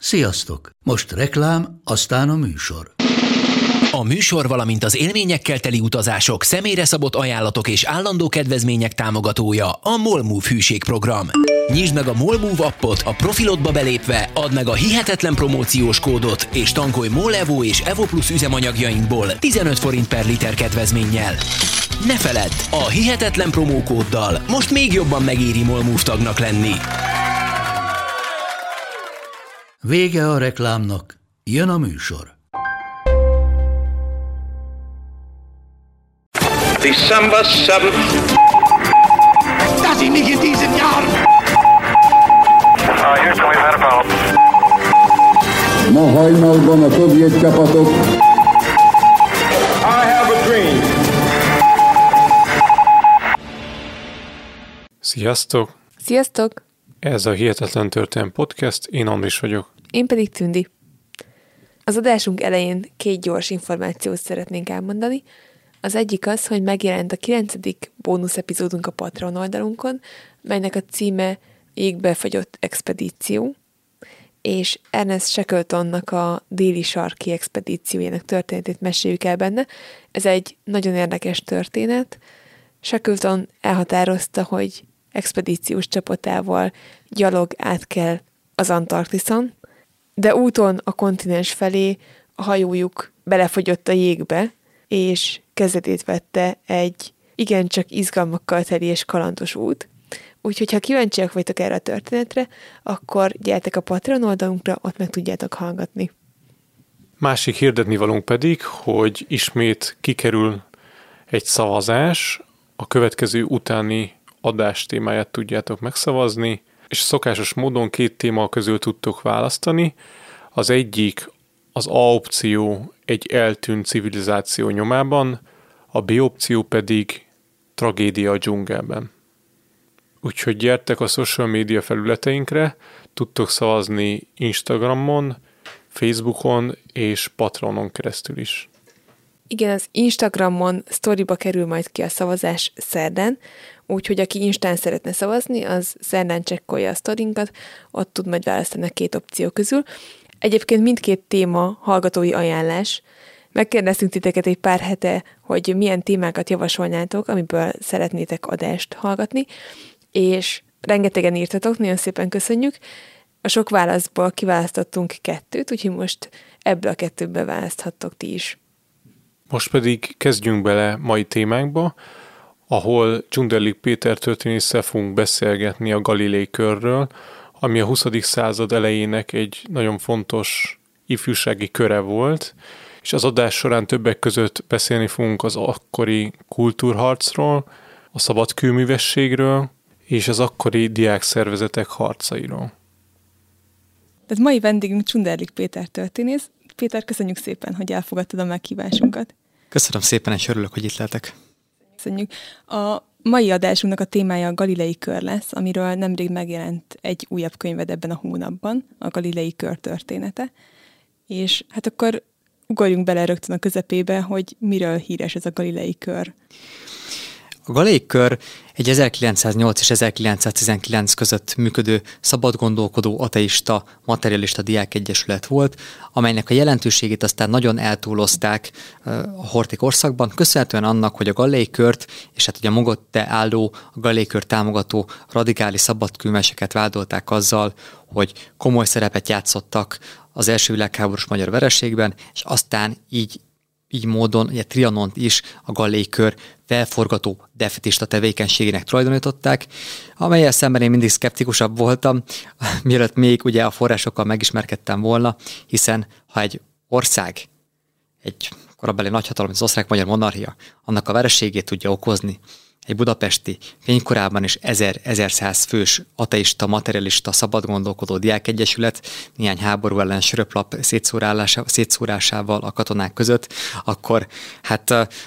Sziasztok! Most reklám, aztán a műsor. A műsor, valamint az élményekkel teli utazások, személyre szabott ajánlatok és állandó kedvezmények támogatója a MOLMOVE hűségprogram. Nyisd meg a MOLMOVE appot, a profilodba belépve, add meg a hihetetlen promóciós kódot, és tankolj MOL Evo és Evo Plus üzemanyagjainkból 15 forint per liter kedvezménnyel. Ne feledd, a hihetetlen promókóddal most még jobban megéri MOLMOVE tagnak lenni. Vége a reklámnak, jön a műsor. December 7th. Das ist nicht in diesem Jahr. Houston, we've had a problem. Ma hajnalban a szovjet csapatok. I have a dream. Sziasztok! Sziasztok! Ez a Hihetetlen Történelem Podcast, én Andris vagyok. Én pedig Tündi. Az adásunk elején 2 gyors információt szeretnénk elmondani. Az egyik az, hogy megjelent a 9. bónusz epizódunk a Patreon oldalunkon, melynek a címe Jégbe fagyott expedíció, és Ernest Shackletonnak a déli sarki expedíciójának történetét meséljük el benne. Ez egy nagyon érdekes történet. Shackleton elhatározta, hogy expedíciós csapatával gyalog át kell az Antarktiszon, de úton a kontinens felé a hajójuk belefogyott a jégbe, és kezdetét vette egy igencsak izgalmakkal teli és kalandos út. Úgyhogy, ha kíváncsiak vagytok erre a történetre, akkor gyertek a Patreon oldalunkra, ott meg tudjátok hallgatni. Másik hirdetnivalónk pedig, hogy ismét kikerül egy szavazás, a következő utáni adás témáját tudjátok megszavazni, és szokásos módon 2 téma közül tudtok választani. Az egyik az A opció egy eltűnt civilizáció nyomában, a B opció pedig tragédia a dzsungelben. Úgyhogy gyertek a social media felületeinkre, tudtok szavazni Instagramon, Facebookon és Patreonon keresztül is. Igen, az Instagramon sztoriba kerül majd ki a szavazás szerdán, úgyhogy aki Instán szeretne szavazni, az szerdán csekkolja a sztorinkat, ott tud majd választani a 2 opció közül. Egyébként mindkét téma hallgatói ajánlás. Megkérdeztünk titeket egy pár hete, hogy milyen témákat javasolnátok, amiből szeretnétek adást hallgatni, és rengetegen írtatok, nagyon szépen köszönjük. A sok válaszból kiválasztottunk 2, úgyhogy most ebből a 2-ből választhattok ti is. Most pedig kezdjünk bele mai témánkba, ahol Csunderlik Péter történésszel fogunk beszélgetni a Galilei körről, ami a 20. század elejének egy nagyon fontos ifjúsági köre volt, és az adás során többek között beszélni fogunk az akkori kultúrharcról, a szabadkőművességről és az akkori diákszervezetek harcairól. Tehát mai vendégünk Csunderlik Péter történész. Péter, köszönjük szépen, hogy elfogadtad a meghívásunkat. Köszönöm szépen, és örülök, hogy itt lehetek. Köszönjük. A mai adásunknak a témája a Galilei kör lesz, amiről nemrég megjelent egy újabb könyved ebben a hónapban, a Galilei kör története. És hát akkor ugorjunk bele rögtön a közepébe, hogy miről híres ez a Galilei kör. A Galilei kör egy 1908 és 1919 között működő szabadgondolkodó, ateista, materialista diákegyesület volt, amelynek a jelentőségét aztán nagyon eltúlozták a horthy korszakban, köszönhetően annak, hogy a Galilei kört és hát ugye a mögötte álló a Galilei kör támogató radikális szabadkőműveseket vádolták azzal, hogy komoly szerepet játszottak az első világháborús magyar vereségben, és aztán így módon, ugye Trianont is a Galilei kör felforgató defetista tevékenységének tulajdonították, amellyel szemben én mindig szkeptikusabb voltam, mielőtt még ugye a forrásokkal megismerkedtem volna, hiszen ha egy ország, egy korabeli nagyhatalom, az osztrák-magyar monarchia, annak a vereségét tudja okozni, egy budapesti fénykorában is 1100 fős ateista, materialista, szabadgondolkodó diákegyesület néhány háború ellen söröplap szétszórásával a katonák között, akkor hát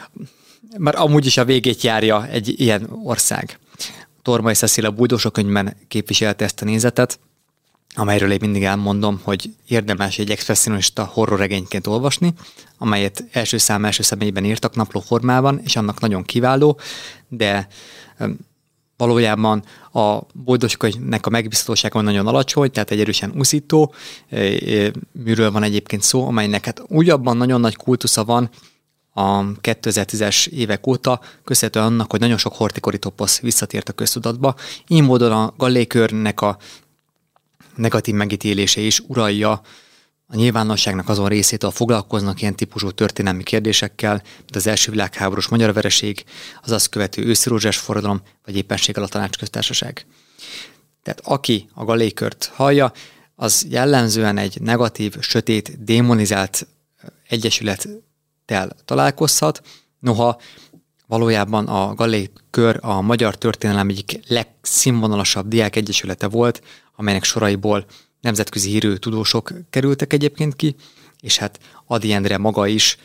már amúgy is a végét járja egy ilyen ország. Tormai Cecilia Bújdosó könyvben képviselte ezt a nézetet, amelyről én mindig elmondom, hogy érdemes egy expresszionista horrorregényként olvasni, amelyet első személyben írtak napló formában, és annak nagyon kiváló, de valójában a boldogkönyvnek a megbízhatósága nagyon alacsony, tehát egy erősen uszító műről van egyébként szó, amelynek hát újabban nagyon nagy kultusza van a 2010-es évek óta, köszönhetően annak, hogy nagyon sok hortikori toposz visszatért a köztudatba. Így módon a Galley-körnek a negatív megítélése is uralja a nyilvánosságnak azon részét, ahol foglalkoznak ilyen típusú történelmi kérdésekkel, mint az első világháborús magyar vereség, az azt követő őszirózsás forradalom, vagy éppenséggel a tanácsköztársaság. Tehát aki a Galley-kört hallja, az jellemzően egy negatív, sötét, démonizált egyesülettel találkozhat. Noha valójában a Galley-kör a magyar történelem egyik legszínvonalasabb diákegyesülete volt, amelynek soraiból nemzetközi hírű tudósok kerültek egyébként ki, és hát Ady Endre maga is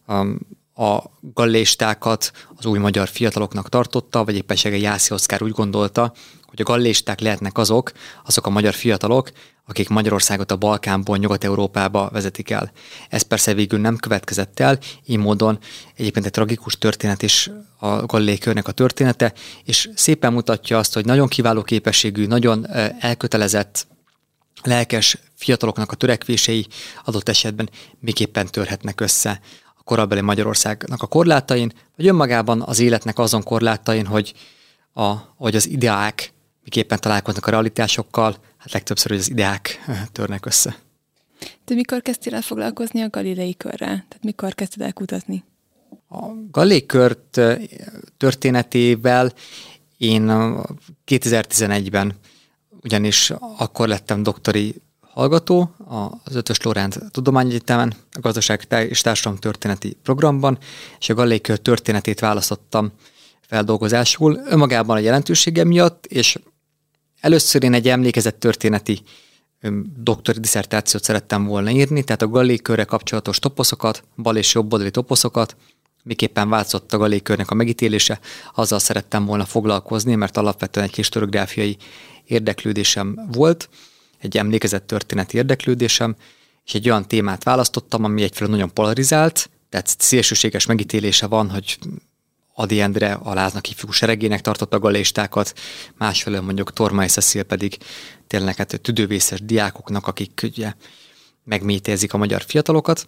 a galleistákat az új magyar fiataloknak tartotta, vagy éppenséggel Jászi Oszkár úgy gondolta, hogy a galleisták lehetnek azok a magyar fiatalok, akik Magyarországot a Balkánból Nyugat-Európába vezetik el. Ez persze végül nem következett el, így módon egyébként egy tragikus történet is a Galley-körnek a története, és szépen mutatja azt, hogy nagyon kiváló képességű, nagyon elkötelezett, lelkes fiataloknak a törekvései adott esetben miképpen törhetnek össze a korabeli Magyarországnak a korlátain, vagy önmagában az életnek azon korlátain, hogy az ideák miképpen találkoznak a realitásokkal, hát legtöbbször, hogy az ideák törnek össze. Te mikor kezdtél el foglalkozni a Galileikörrel? Tehát mikor kezdted el kutatni? A Galley-kör történetével én 2011-ben ugyanis akkor lettem doktori hallgató az Ötvös Loránd Tudományegyetemen, a Gazdaság és Társadalomtörténeti programban, és a Galley-kör történetét választottam feldolgozásul önmagában a jelentősége miatt, és először én egy emlékezett történeti doktori disszertációt szerettem volna írni, tehát a Galley-körre kapcsolatos toposzokat, bal és jobboldali toposzokat, miképpen változott a Galley-körnek a megítélése, azzal szerettem volna foglalkozni, mert alapvetően egy historiográfiai érdeklődésem volt, egy emlékezett történeti érdeklődésem, és egy olyan témát választottam, ami egyfelől nagyon polarizált, tehát szélsőséges megítélése van, hogy Ady Endre a láznak ifjú seregének tartotta a galleistákat, másfelől mondjuk Tormai Cecil pedig tényleg hát tüdővészes diákoknak, akik ugye megmétélzik a magyar fiatalokat.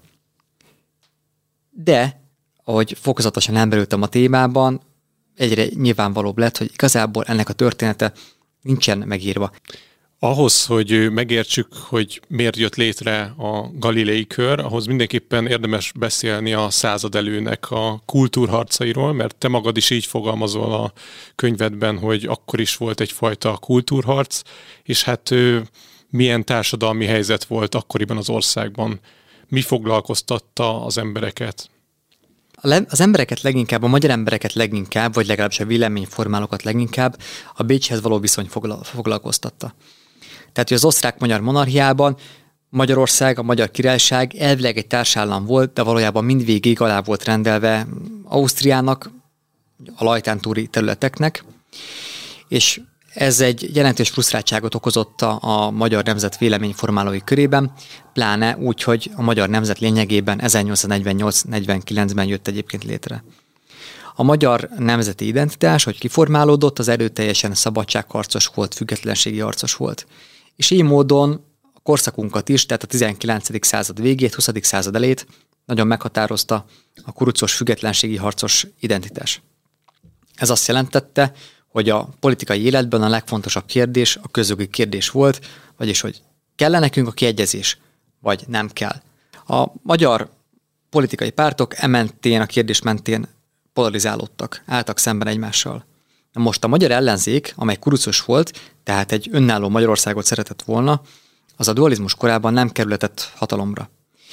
De, ahogy fokozatosan elmerültem a témában, egyre nyilvánvalóbb lett, hogy igazából ennek a története nincsen megírva. Ahhoz, hogy megértsük, hogy miért jött létre a Galilei-kör, ahhoz mindenképpen érdemes beszélni a századelőnek a kultúrharcairól, mert te magad is így fogalmazol a könyvedben, hogy akkor is volt egyfajta kultúrharc, és hát milyen társadalmi helyzet volt akkoriban az országban. Mi foglalkoztatta az embereket? Az embereket leginkább, a magyar embereket leginkább, vagy legalábbis a véleményformálókat leginkább a Bécshez való viszony foglalkoztatta. Tehát, hogy az osztrák-magyar monarchiában Magyarország, a Magyar Királyság elvileg egy társállam volt, de valójában mindvégig alá volt rendelve Ausztriának, a lajtántúri területeknek, és ez egy jelentős frusztráltságot okozott a magyar nemzet véleményformálói körében, pláne úgy, hogy a magyar nemzet lényegében 1848-49-ben jött egyébként létre. A magyar nemzeti identitás, hogy kiformálódott, az erőteljesen szabadságharcos volt, függetlenségi harcos volt. És így módon a korszakunkat is, tehát a 19. század végét, 20. század elejét nagyon meghatározta a kurucos függetlenségi harcos identitás. Ez azt jelentette, hogy a politikai életben a legfontosabb kérdés a közjogi kérdés volt, vagyis hogy kell-e nekünk a kiegyezés, vagy nem kell. A magyar politikai pártok a kérdés mentén polarizálódtak, álltak szemben egymással. Most a magyar ellenzék, amely kurucos volt, tehát egy önálló Magyarországot szeretett volna, az a dualizmus korában nem kerülhetett hatalomra.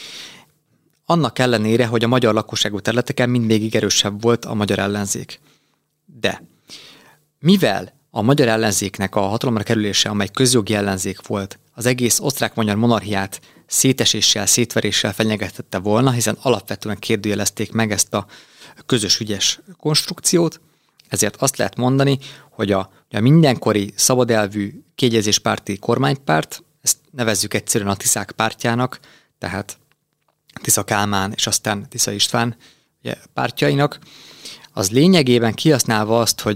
Annak ellenére, hogy a magyar lakosságú területeken mindvégig erősebb volt a magyar ellenzék. De mivel a magyar ellenzéknek a hatalomra kerülése, amely közjogi ellenzék volt, az egész osztrák-magyar monarchiát széteséssel, szétveréssel fenyegetette volna, hiszen alapvetően kérdőjelezték meg ezt a közös ügyes konstrukciót, ezért azt lehet mondani, hogy a mindenkori szabadelvű kiegyezéspárti kormánypárt, ezt nevezzük egyszerűen a Tiszák pártjának, tehát Tisza Kálmán és aztán Tisza István pártjainak, az lényegében kihasználva azt, hogy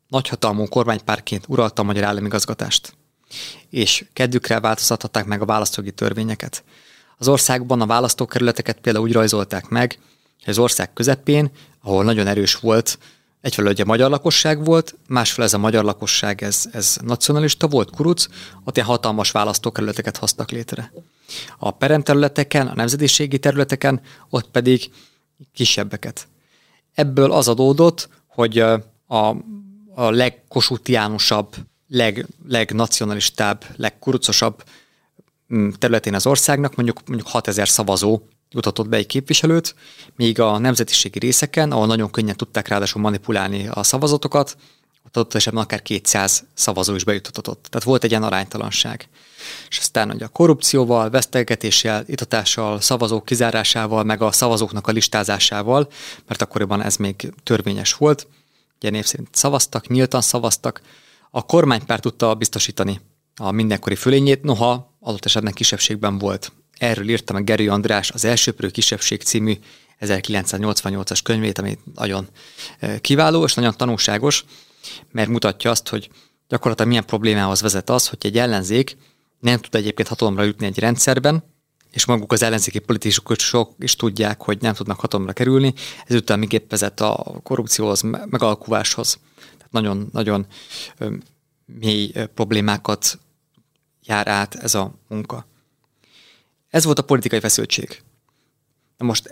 nagyhatalmú kormánypártként uralta a magyar államigazgatást, és kedvükre változtathatták meg a választójogi törvényeket. Az országban a választókerületeket például úgy rajzolták meg, hogy az ország közepén, ahol nagyon erős volt, egyfelől ugye magyar lakosság volt, másfelől ez a magyar lakosság, ez nacionalista volt, kuruc, ott ilyen hatalmas választókerületeket hoztak létre. A peremterületeken, a nemzetiségi területeken, ott pedig kisebbeket. Ebből az adódott, hogy a legkossuth-jánosabb, legnacionalistább, legkurucosabb területén az országnak mondjuk 6000 szavazó jutatott be egy képviselőt, míg a nemzetiségi részeken, ahol nagyon könnyen tudták ráadásul manipulálni a szavazatokat, ott adott esetben akár 200 szavazó is bejutatott. Tehát volt egy ilyen aránytalanság. És aztán ugye a korrupcióval, vesztegetéssel, itatással, szavazók kizárásával, meg a szavazóknak a listázásával, mert akkoriban ez még törvényes volt, ugye név szerint szavaztak, nyíltan szavaztak, a kormánypárt tudta biztosítani a mindenkori fölényét, noha adott esetben kisebbségben volt. Erről írta meg Gerő András az Elsöprő kisebbség című 1988-as könyvét, ami nagyon kiváló és nagyon tanulságos, mert mutatja azt, hogy gyakorlatilag milyen problémához vezet az, hogy egy ellenzék nem tud egyébként hatalomra jutni egy rendszerben, és maguk az ellenzéki politikusok is tudják, hogy nem tudnak hatalomra kerülni, ezután miképp vezet a korrupcióhoz, megalkuváshoz. Tehát nagyon mély problémákat jár át ez a munka. Ez volt a politikai feszültség. Na most,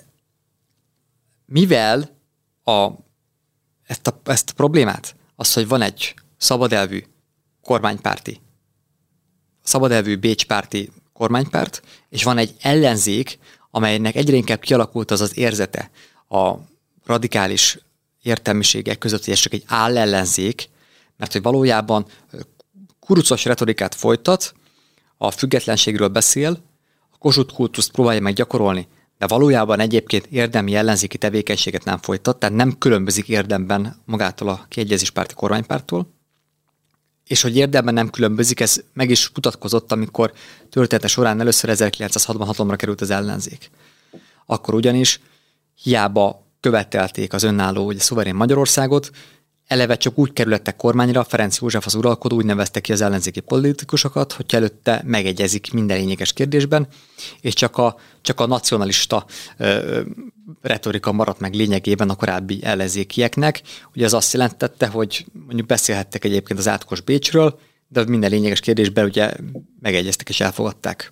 mivel ezt a problémát, az, hogy van egy szabadelvű kormánykpárti, szabadelvű bécspárti kormánypárt, és van egy ellenzék, amelynek egyre inkább kialakult az az érzete a radikális értelmiségek között, hogy ez csak egy állellenzék, mert hogy valójában kurucos retorikát folytat, a függetlenségről beszél, a Kossuth kultuszt próbálja meg gyakorolni, de valójában egyébként érdemi ellenzéki tevékenységet nem folytat, tehát nem különbözik érdemben magától a kiegyezéspárti kormánypártól, és hogy érdemben nem különbözik, ez meg is mutatkozott, amikor története során először 1906-ban hatalomra került az ellenzék. Akkor ugyanis hiába követelték az önálló, ugye szuverén Magyarországot, eleve csak úgy kerülettek kormányra, Ferenc József az uralkodó úgy nevezte ki az ellenzéki politikusokat, hogy előtte megegyezik minden lényeges kérdésben, és csak a nacionalista retorika maradt meg lényegében a korábbi ellenzékieknek. Ugye az azt jelentette, hogy mondjuk beszélhettek egyébként az átkos Bécsről, de minden lényeges kérdésben ugye megegyeztek és elfogadták,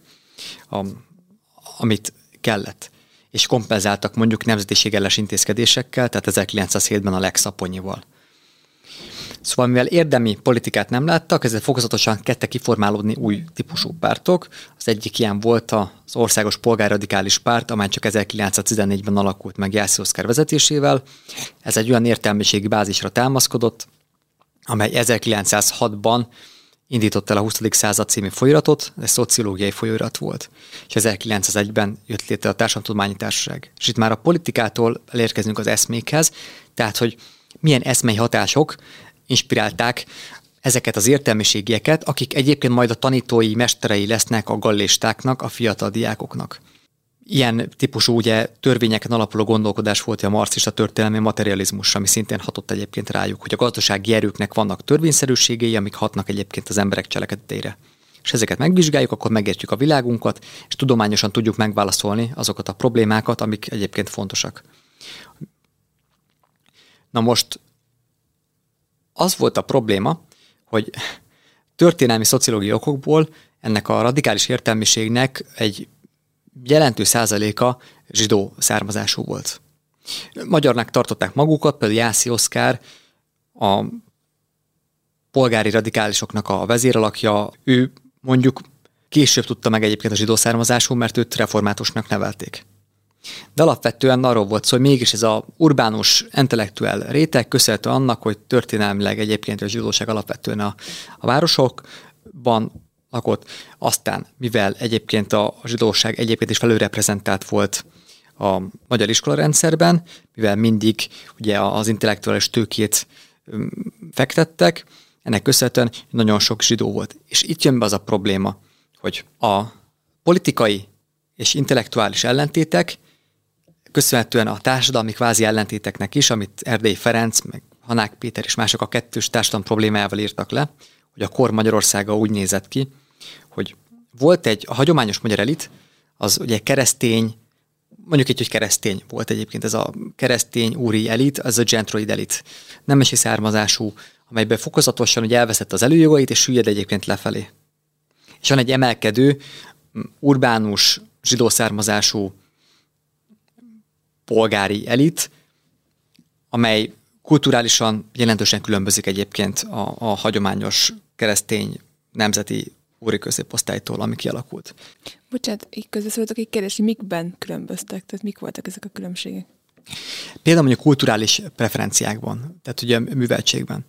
amit kellett. És kompenzáltak mondjuk nemzetiségellenes intézkedésekkel, tehát 1907-ben a Lex Aponyival. Szóval mivel érdemi politikát nem láttak, ezzel fokozatosan kezdtek kiformálódni új típusú pártok. Az egyik ilyen volt az Országos Polgárradikális Párt, amely csak 1914-ben alakult meg Jászai Oszkár vezetésével. Ez egy olyan értelmiségi bázisra támaszkodott, amely 1906-ban indított el a 20. század című folyóiratot, ez szociológiai folyóirat volt. És 1901-ben jött létre a Társadalomtudományi Társaság. És itt már a politikától elérkezünk az eszmékhez, tehát hogy milyen eszmei hatások inspirálták ezeket az értelmiségieket, akik egyébként majd a tanítói, mesterei lesznek a gallistáknak, a fiatal diákoknak. Ilyen típusú ugye, törvényeken alapuló gondolkodás volt a marxista történelmi materializmus, ami szintén hatott egyébként rájuk, hogy a gazdasági erőknek vannak törvényszerűségei, amik hatnak egyébként az emberek cselekedetére. És ezeket megvizsgáljuk, akkor megértjük a világunkat, és tudományosan tudjuk megválaszolni azokat a problémákat, amik egyébként fontosak. Na most az volt a probléma, hogy történelmi szociológiai okokból ennek a radikális értelmiségnek egy jelentős százaléka zsidó származású volt. Magyarnak tartották magukat, például Jászai Oszkár, a polgári radikálisoknak a vezéralakja, ő mondjuk később tudta meg egyébként a zsidó származású, mert őt reformátusnak nevelték. De alapvetően arról volt szó, hogy mégis ez az urbánus intellektuál réteg köszönhető annak, hogy történelmileg egyébként a zsidóság alapvetően a városokban lakott, aztán mivel egyébként a zsidóság egyébként is felülreprezentált volt a magyar iskolarendszerben, mivel mindig ugye az intellektuális tőkét fektettek, ennek köszönhetően nagyon sok zsidó volt. És itt jön be az a probléma, hogy a politikai és intellektuális ellentétek köszönhetően a társadalmi kvázi ellentéteknek is, amit Erdélyi Ferenc, meg Hanák Péter és mások a kettős társadalom problémájával írtak le, hogy a kor Magyarországa úgy nézett ki, hogy volt a hagyományos magyar elit, az ugye keresztény, mondjuk így, hogy keresztény volt egyébként, ez a keresztény úri elit, ez a gentroid elit. Nemesi származású, amelyben fokozatosan ugye elveszett az előjogait, és süllyed egyébként lefelé. És van egy emelkedő, urbánus, zsidó származású polgári elit, amely kulturálisan jelentősen különbözik egyébként a hagyományos keresztény nemzeti úri középosztálytól, ami kialakult. Bocsánat, így közbeszóltok egy kérdés, hogy mikben különböztek? Tehát mik voltak ezek a különbségek? Például mondjuk kulturális preferenciákban, tehát ugye műveltségben.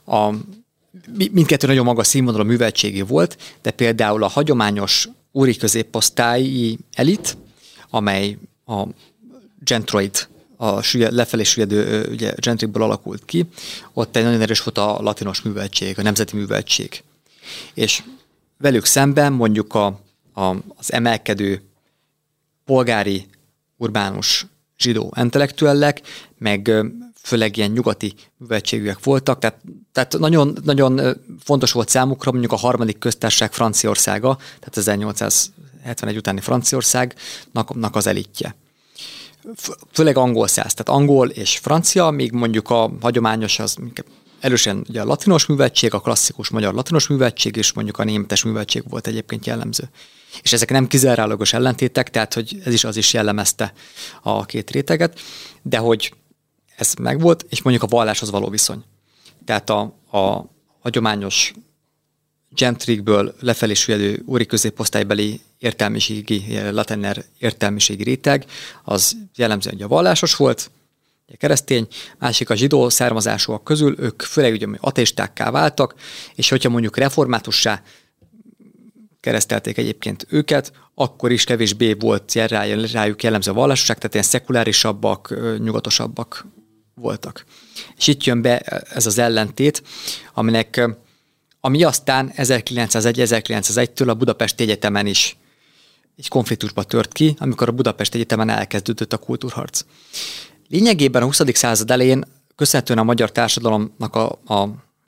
Mindkettő nagyon magas színvonalú műveltségi volt, de például a hagyományos úri középosztályi elit, amely a gentroid, lefelé süllyedő ugye, gentrikből alakult ki, ott egy nagyon erős volt a latinos műveltség, a nemzeti műveltség. És velük szemben mondjuk az emelkedő polgári, urbánus zsidó intellektuellek, meg főleg ilyen nyugati műveltségűek voltak, tehát nagyon, nagyon fontos volt számukra mondjuk a harmadik köztársaság Franciaországa, tehát 1871 utáni Franciaországnak az elitje. Főleg angol száz, tehát angol és francia, míg mondjuk a hagyományos az erősen ugye a latinos műveltség, a klasszikus magyar latinos műveltség, és mondjuk a németes műveltség volt egyébként jellemző. És ezek nem kizárólagos ellentétek, tehát hogy az is jellemezte a két réteget, de hogy ez megvolt, és mondjuk a valláshoz való viszony. Tehát a hagyományos gentrikből lefelé süllyedő úri középosztálybeli értelmiségi, latener értelmiségi réteg, az jellemzően ugye a vallásos volt, a keresztény, másik a zsidó származásúak közül, ők főleg ugye ateistákká váltak, és hogyha mondjuk reformátussá keresztelték egyébként őket, akkor is kevésbé volt rájuk jellemző a vallásosság, tehát ilyen szekulárisabbak, nyugatosabbak voltak. És itt jön be ez az ellentét, ami aztán 1901-1901-től a Budapesti Egyetemen is egy konfliktusba tört ki, amikor a Budapesti Egyetemen elkezdődött a kultúrharc. Lényegében a 20. század elején köszönhetően a magyar társadalomnak a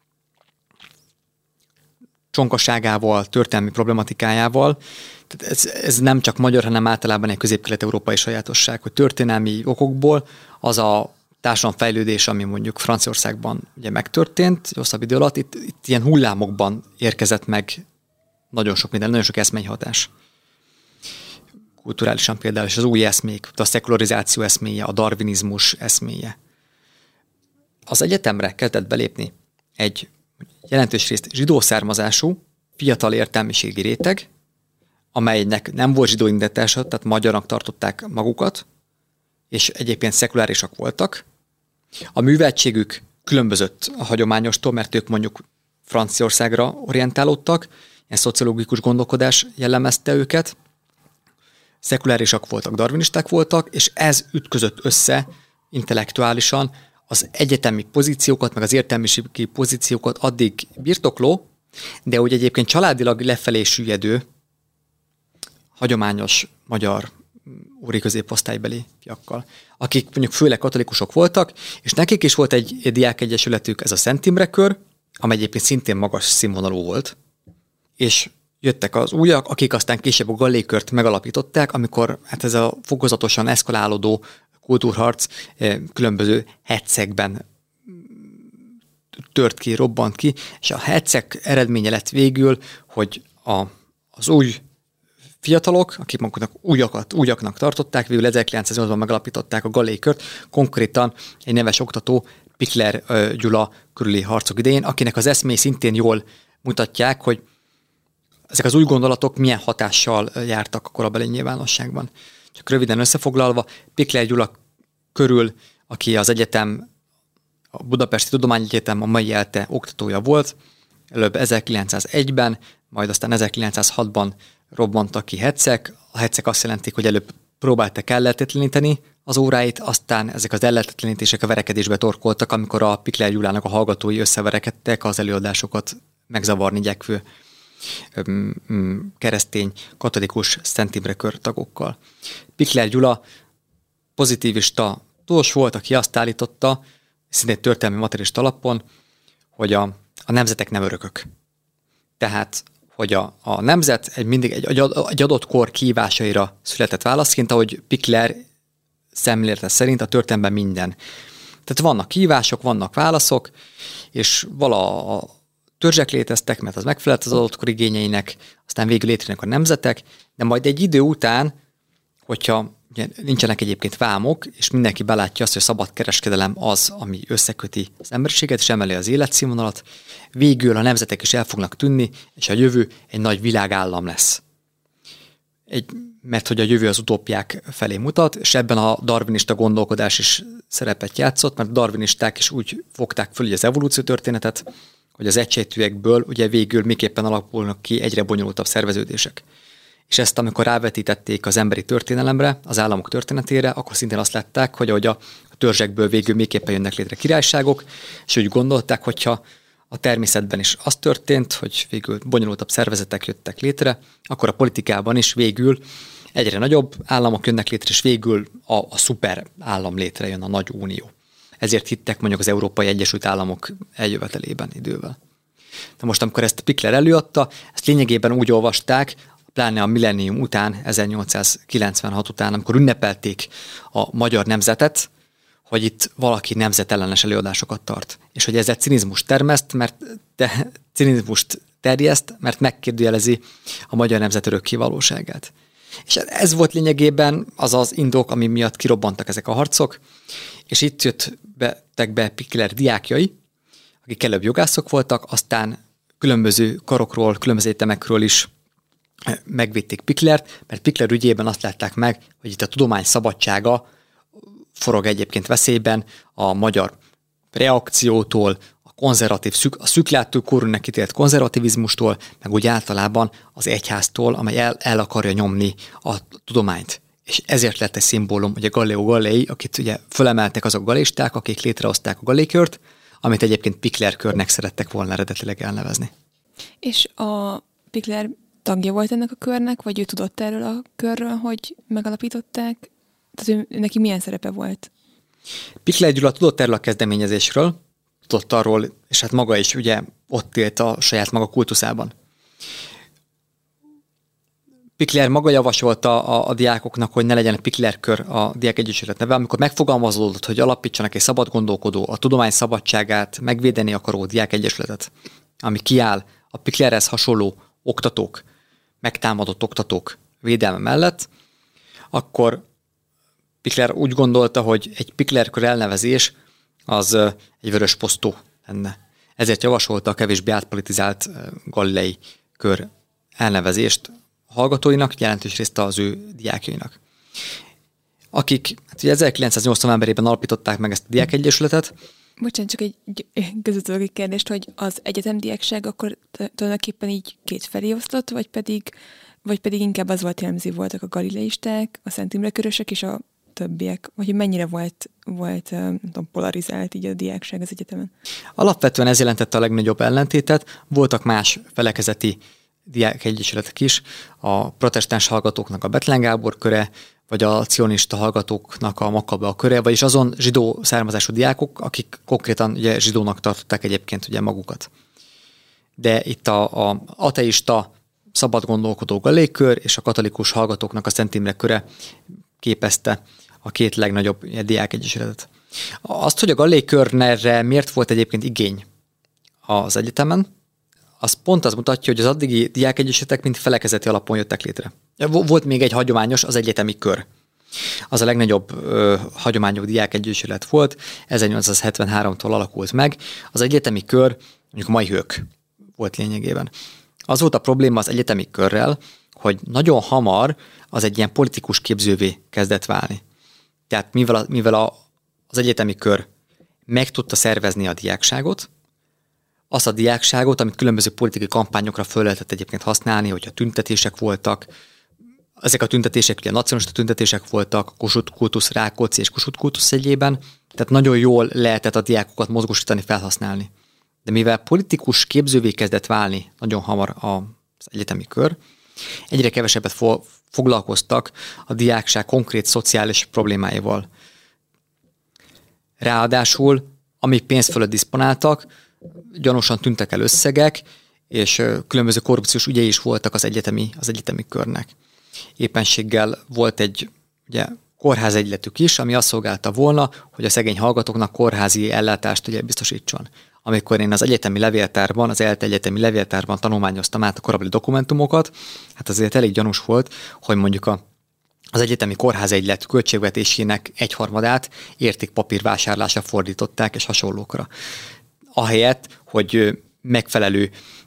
csonkosságával, történelmi problematikájával, tehát ez nem csak magyar, hanem általában egy közép-kelet-európai sajátosság, hogy történelmi okokból az a társadalom fejlődés, ami mondjuk Franciaországban ugye megtörtént hosszabb idő alatt, itt ilyen hullámokban érkezett meg nagyon sok minden, nagyon sok eszményhatás. Kulturálisan például, és az új eszmék, a szekularizáció eszméje, a darwinizmus eszméje. Az egyetemre kezdett belépni egy jelentős részt zsidó származású, fiatal értelmiségi réteg, amelynek nem volt zsidó identitása, tehát magyarnak tartották magukat, és egyébként szekulárisak voltak. A műveltségük különbözött a hagyományostól, mert ők mondjuk Franciaországra orientálódtak, ilyen szociológikus gondolkodás jellemezte őket, szekulárisak voltak, darwinisták voltak, és ez ütközött össze intellektuálisan az egyetemi pozíciókat, meg az értelmiségi pozíciókat addig birtokló, de úgy egyébként családilag lefelé süllyedő, hagyományos magyar úri középosztálybeli fiakkal, akik mondjuk főleg katolikusok voltak, és nekik is volt egy diákegyesületük, ez a Szent Imre kör, amely egyébként szintén magas színvonalú volt, és jöttek az újak, akik aztán később a Galilei kört megalapították, amikor hát ez a fokozatosan eszkalálódó kultúrharc különböző hetszekben tört ki, robbant ki, és a hetszek eredménye lett végül, hogy az új fiatalok, akik maguknak újaknak tartották, végül 1908-ban megalapították a Galilei kört, konkrétan egy neves oktató, Pikler Gyula körüli harcok idején, akinek az eszméi szintén jól mutatják, hogy ezek az új gondolatok milyen hatással jártak a korabeli nyilvánosságban. Csak röviden összefoglalva, Pikler Gyula körül, aki az egyetem, a Budapesti Tudományegyetem, a mai ELTE oktatója volt, előbb 1901-ben, majd aztán 1906-ban robbantak ki hetszek. A hetszek azt jelentik, hogy előbb próbáltak ellehetetleníteni az óráit, aztán ezek az ellehetetlenítések a verekedésbe torkoltak, amikor a Pikler Gyulának a hallgatói összeverekedtek az előadásokat megzavarni gyekvő keresztény, katolikus Szent Imre kör tagokkal. Pikler Gyula pozitivista tudós volt, aki azt állította, szintén történelmi materialista alapon, hogy a nemzetek nem örökök. Tehát, hogy a nemzet mindig egy adott kor kihívásaira született válaszként, ahogy Pikler szemlélete szerint a történelemben minden. Tehát vannak kihívások, vannak válaszok, és vala a törzsek léteztek, mert az megfelelt az adott kor igényeinek, aztán végül létrejönnek a nemzetek, de majd egy idő után, hogyha ugye nincsenek egyébként vámok, és mindenki belátja azt, hogy a szabad kereskedelem az, ami összeköti az emberiséget, és emeli az életszínvonalat, végül a nemzetek is el fognak tűnni, és a jövő egy nagy világállam lesz. Mert hogy a jövő az utópiák felé mutat, és ebben a darwinista gondolkodás is szerepet játszott, mert a darwinisták is úgy fogták föl az evolúció történetet, hogy az egysejtűekből ugye végül miképpen alakulnak ki egyre bonyolultabb szerveződések. És ezt, amikor rávetítették az emberi történelemre, az államok történetére, akkor szintén azt látták, hogy ahogy a törzsekből végül miképpen jönnek létre királyságok, és úgy gondolták, hogyha a természetben is az történt, hogy végül bonyolultabb szervezetek jöttek létre, akkor a politikában is végül egyre nagyobb államok jönnek létre, és végül a szuper állam létrejön, a nagy unió. Ezért hittek mondjuk az Európai Egyesült Államok eljövetelében idővel. De most, amikor ezt Pikler előadta, ezt lényegében úgy olvasták, pláne a millennium után, 1896 után, amikor ünnepelték a magyar nemzetet, hogy itt valaki nemzetellenes előadásokat tart. És hogy ezzel cinizmust terjeszt, mert megkérdőjelezi a magyar nemzet örökké valóságát. És ez volt lényegében az az indok, ami miatt kirobbantak ezek a harcok, és itt jöttek be Pikler diákjai, akik előbb jogászok voltak, aztán különböző karokról, különböző egyetemekről is megvédték Piklert, mert Pikler ügyében azt látták meg, hogy itt a tudomány szabadsága forog egyébként veszélyben a magyar reakciótól, a szűklátókorúnak ítélt konzervativizmustól, meg úgy általában az egyháztól, amely el akarja nyomni a tudományt. És ezért lett egy szimbólum, hogy a Galileo Galilei, akit ugye fölemeltek azok galisták, akik létrehozták a Galilei-kört, amit egyébként Pikler körnek szerettek volna eredetileg elnevezni. És a Pikler tagja volt ennek a körnek, vagy ő tudott erről a körről, hogy megalapították? Tehát neki milyen szerepe volt? Pikler Gyula tudott erről a kezdeményezésről, tudott arról, és hát maga is ugye ott élt a saját maga kultuszában. Pikler maga javasolta a diákoknak, hogy ne legyen Pikler kör a diákegyesület neve, amikor megfogalmazódott, hogy alapítsanak egy szabad gondolkodó, a tudomány szabadságát megvédeni akaró diákegyesületet, ami kiáll a Piklerhez hasonló oktatók, megtámadott oktatók védelme mellett, akkor Pikler úgy gondolta, hogy egy Pikler kör elnevezés az egy vörös posztó lenne. Ezért javasolta a kevésbé átpolitizált Galilei kör elnevezést a hallgatóinak, jelentős részt az ő diákjainak. Akik hát ugye 1980 novemberében alapították meg ezt a diákegyesületet. Bocsánat, csak egy közöttőlegi kérdést, hogy az egyetemdiákság akkor tulajdonképpen így két felé osztott, vagy pedig inkább az volt jellemző, voltak a galileisták, a Szent Imre körösök és a többiek, vagy hogy mennyire volt nem tudom, polarizált így a diákság az egyetemen? Alapvetően ez jelentette a legnagyobb ellentétet. Voltak más felekezeti diákegyesületek is, a protestáns hallgatóknak a Bethlen Gábor köre, vagy a cionista hallgatóknak a Makabea köre, vagyis azon zsidó származású diákok, akik konkrétan ugye zsidónak tartották egyébként ugye magukat. De itt a ateista, szabad gondolkodó Galilei kör és a katolikus hallgatóknak a Szent Imre köre képezte a két legnagyobb diákegyesületet. Azt, hogy a Galilei körre miért volt egyébként igény az egyetemen, az pont az mutatja, hogy az addigi diákegyesületek mind felekezeti alapon jöttek létre. Volt még egy hagyományos, az egyetemi kör. Az a legnagyobb hagyományos diákegyesület volt, 1873-tól alakult meg. Az egyetemi kör, mondjuk a mai hők volt lényegében. Az volt a probléma az egyetemi körrel, hogy nagyon hamar az egy ilyen politikus képzővé kezdett válni. Tehát mivel az egyetemi kör meg tudta szervezni a diákságot, azt a diákságot, amit különböző politikai kampányokra föl lehetett egyébként használni, hogyha tüntetések voltak, ezek a tüntetések ugye nacionalista tüntetések voltak, a Kossuth kultusz, Rákóczi és Kossuth kultusz egyében, tehát nagyon jól lehetett a diákokat mozgósítani, felhasználni. De mivel politikus képzővé kezdett válni nagyon hamar az egyetemi kör, egyre kevesebbet foglalkoztak a diákság konkrét szociális problémáival. Ráadásul amíg pénz fölött diszponáltak, gyanúsan tűntek el összegek, és különböző korrupciós ügyei is voltak az egyetemi körnek. Éppenséggel volt egy ugye, kórházegyletük is, ami azt szolgálta volna, hogy a szegény hallgatóknak kórházi ellátást ugye, biztosítson. Amikor én az egyetemi levéltárban, az ELTE egyetemi levéltárban tanulmányoztam át a korabeli dokumentumokat, hát azért elég gyanús volt, hogy mondjuk az egyetemi kórházegylet költségvetésének 1/3 értékpapírvásárlásra fordították, és hasonlókra. Ahelyett, hogy megfelelő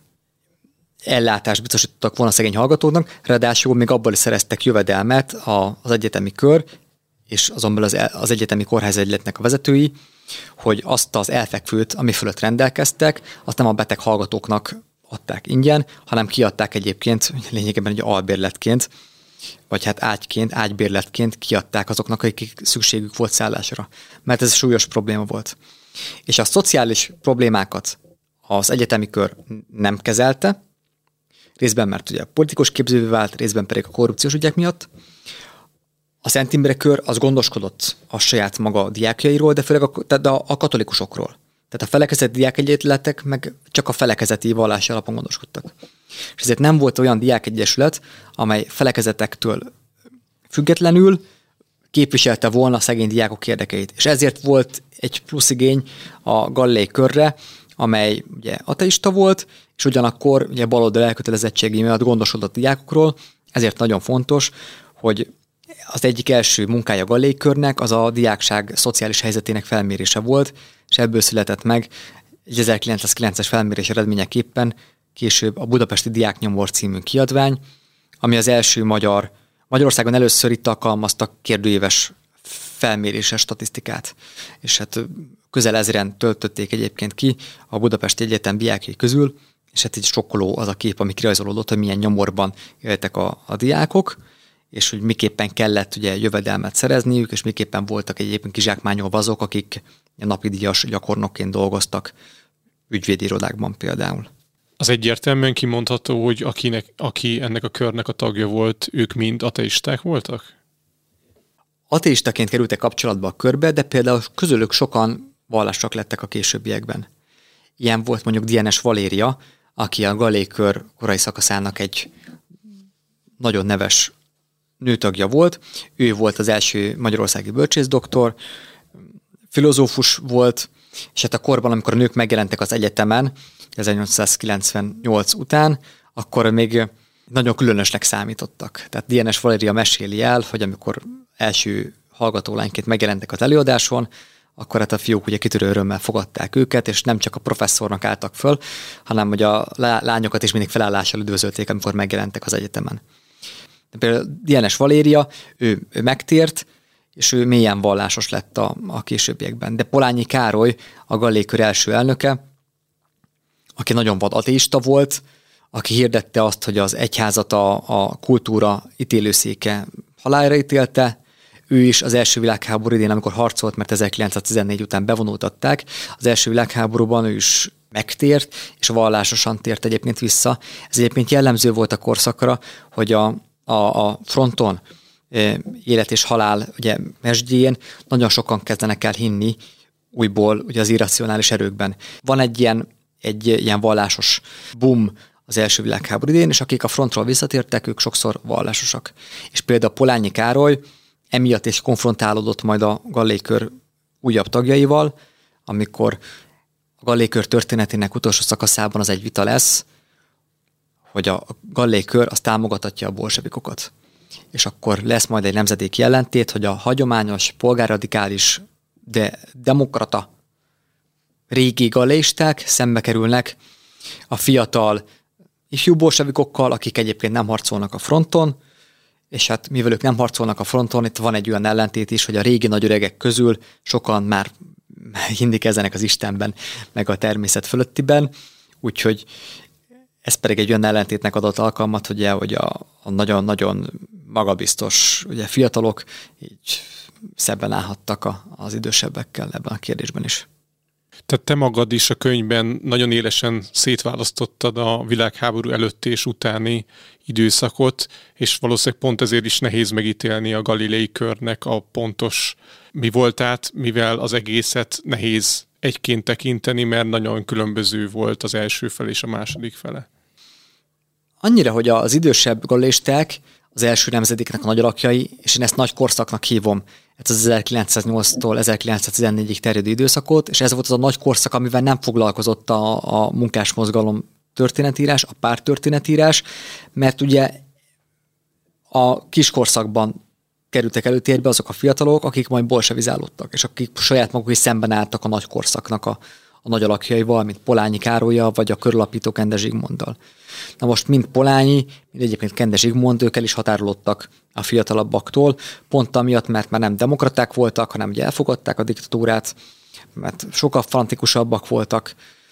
ellátást biztosítottak volna a szegény hallgatóknak, ráadásul még abból is szereztek jövedelmet az egyetemi kör, és azonban az egyetemi kórházegyletnek a vezetői, hogy azt az elfekvőt, ami fölött rendelkeztek, azt nem a beteg hallgatóknak adták ingyen, hanem kiadták egyébként lényegében egy albérletként, vagy hát ágybérletként kiadták azoknak, akik szükségük volt szállásra. Mert ez súlyos probléma volt. És a szociális problémákat az egyetemi kör nem kezelte, részben mert ugye politikus képzővé vált, részben pedig a korrupciós ügyek miatt. A Szent Imre kör az gondoskodott a saját maga diákjairól, de főleg a katolikusokról. Tehát a felekezeti diákegyletek meg csak a felekezeti vallási alapon gondoskodtak. És ezért nem volt olyan diákegyesület, amely felekezetektől függetlenül képviselte volna a szegény diákok érdekeit. És ezért volt egy pluszigény a Galilei körre, amely ugye ateista volt, és ugyanakkor ugye baloldal elkötelezettségi miatt gondoskodott a diákokról, ezért nagyon fontos, hogy az egyik első munkája a Galilei körnek az a diákság szociális helyzetének felmérése volt, és ebből született meg egy 1909-es felmérés eredményeképpen később a Budapesti Diáknyomor című kiadvány, ami az első Magyarországon először itt alkalmaztak kérdőéves felméréses statisztikát. És hát közel 1000-en töltötték egyébként ki a Budapesti Egyetem diákjai közül, és hát így sokkoló az a kép, ami kirajzolódott, hogy milyen nyomorban éltek a diákok, és hogy miképpen kellett ugye jövedelmet szerezniük, és miképpen voltak egyébként kizsákmányolva azok, akik napidíjas gyakornokként dolgoztak ügyvédirodákban például. Az egyértelműen kimondható, hogy aki ennek a körnek a tagja volt, ők mind ateisták voltak? Ateistaként kerültek kapcsolatba a körbe, de például közülük sokan vallásak lettek a későbbiekben. Ilyen volt mondjuk Dienes Valéria, aki a Galilei kör korai szakaszának egy nagyon neves nőtagja volt. Ő volt az első magyarországi bölcsész-doktor, filozófus volt, és hát a korban, amikor a nők megjelentek az egyetemen, 1898 után, akkor még nagyon különösnek számítottak. Tehát Dienes Valéria meséli el, hogy amikor első hallgatólányként megjelentek az előadáson, akkor hát a fiúk ugye kitörő örömmel fogadták őket, és nem csak a professzornak álltak föl, hanem hogy a lányokat is mindig felállással üdvözölték, amikor megjelentek az egyetemen. De például Dienes Valéria, ő megtért, és ő mélyen vallásos lett a későbbiekben. De Polányi Károly, a Galilei kör első elnöke, aki nagyon vad ateista volt, aki hirdette azt, hogy az egyházat a kultúra ítélőszéke halálra ítélte, ő is az első világháború idején, amikor harcolt, mert 1914 után bevonultatták, az első világháborúban ő is megtért, és vallásosan tért egyébként vissza. Ez egyébként jellemző volt a korszakra, hogy a fronton élet és halál ugye, mesdjén nagyon sokan kezdenek el hinni újból ugye, az irracionális erőkben. Van egy ilyen vallásos boom az első világháború idején, és akik a frontról visszatértek, ők sokszor vallásosak. És például Polányi Károly emiatt is konfrontálódott majd a Galilei kör újabb tagjaival, amikor a Galilei kör történetének utolsó szakaszában az egy vita lesz, hogy a Galilei kör az támogathatja a bolsevikokat. És akkor lesz majd egy nemzedéki ellentét, hogy a hagyományos, polgárradikális, de demokrata régi galeisták szembe kerülnek a fiatal ifjú bolsevikokkal, akik egyébként nem harcolnak a fronton, és hát mivel ők nem harcolnak a fronton, itt van egy olyan ellentét is, hogy a régi nagyöregek közül sokan már hindikezzenek az Istenben, meg a természet fölöttiben, úgyhogy ez pedig egy olyan ellentétnek adott alkalmat, hogy a nagyon-nagyon magabiztos ugye, fiatalok így szebben állhattak az idősebbekkel ebben a kérdésben is. Tehát te magad is a könyvben nagyon élesen szétválasztottad a világháború előtti és utáni időszakot, és valószínűleg pont ezért is nehéz megítélni a Galilei körnek a pontos mi voltát, mivel az egészet nehéz egyként tekinteni, mert nagyon különböző volt az első fel és a második fele. Annyira, hogy az idősebb galileisták, az első nemzedéknek a nagy alakjai, és én ezt nagy korszaknak hívom, ez az 1908-tól 1914-ig terjedő időszakot, és ez volt az a nagy korszak, amivel nem foglalkozott a munkásmozgalom történetírás, a párttörténetírás, mert ugye a kiskorszakban kerültek előtérbe azok a fiatalok, akik majd bolsevizálódtak, és akik saját maguk is szemben álltak a nagy korszaknak a nagy alakjaival, mint Polányi Károlya, vagy a körlapító Kende Zsigmonddal. Na most mind Polányi, mind egyébként Kende Zsigmond, ők el is határolódtak a fiatalabbaktól, pont amiatt, mert már nem demokraták voltak, hanem ugye elfogadták a diktatúrát, mert sokkal fanatikusabbak voltak,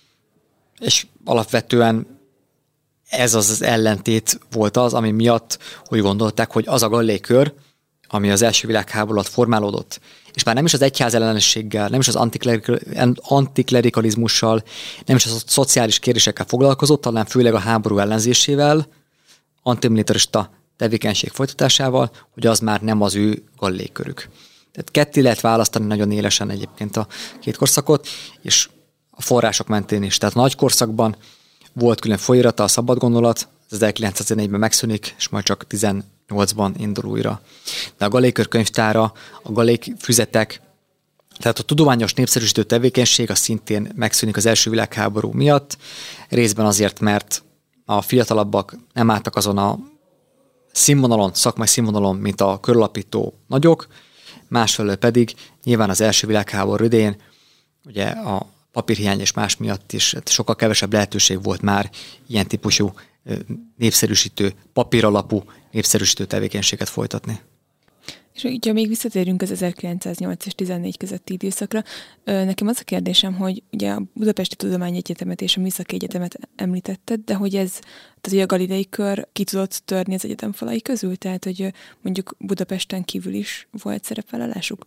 és alapvetően ez az ellentét volt az, ami miatt úgy gondolták, hogy az a galilei-kör, ami az első világháború alatt formálódott, és már nem is az egyház ellenességgel, nem is az antiklerikalizmussal, nem is a szociális kérdésekkel foglalkozott, hanem főleg a háború ellenzésével, antimilitarista tevékenység folytatásával, hogy az már nem az ő galilei-körük. Tehát ketté lehet választani nagyon élesen egyébként a két korszakot, és a források mentén is. Tehát a nagy korszakban volt külön folyirata, a szabad gondolat, ez 1914-ben megszűnik, és majd csak 18-ban indul újra. De a galilei-kör könyvtára, a galilei füzetek, tehát a tudományos népszerűsítő tevékenység az szintén megszűnik az első világháború miatt, részben azért, mert a fiatalabbak nem álltak azon a színvonalon, szakmai színvonalon, mint a körülapító nagyok, másfelől pedig nyilván az első világháború idején ugye a papírhiány és más miatt is sokkal kevesebb lehetőség volt már ilyen típusú népszerűsítő, papíralapú népszerűsítő tevékenységet folytatni. És ugye még visszatérünk az 1908 és 14 közötti időszakra. Nekem az a kérdésem, hogy ugye a Budapesti Tudományegyetemet és a Műszaki Egyetemet említetted, de hogy tehát a galilei-kör ki tudott törni az egyetem falai közül? Tehát, hogy mondjuk Budapesten kívül is volt szerepvállalásuk?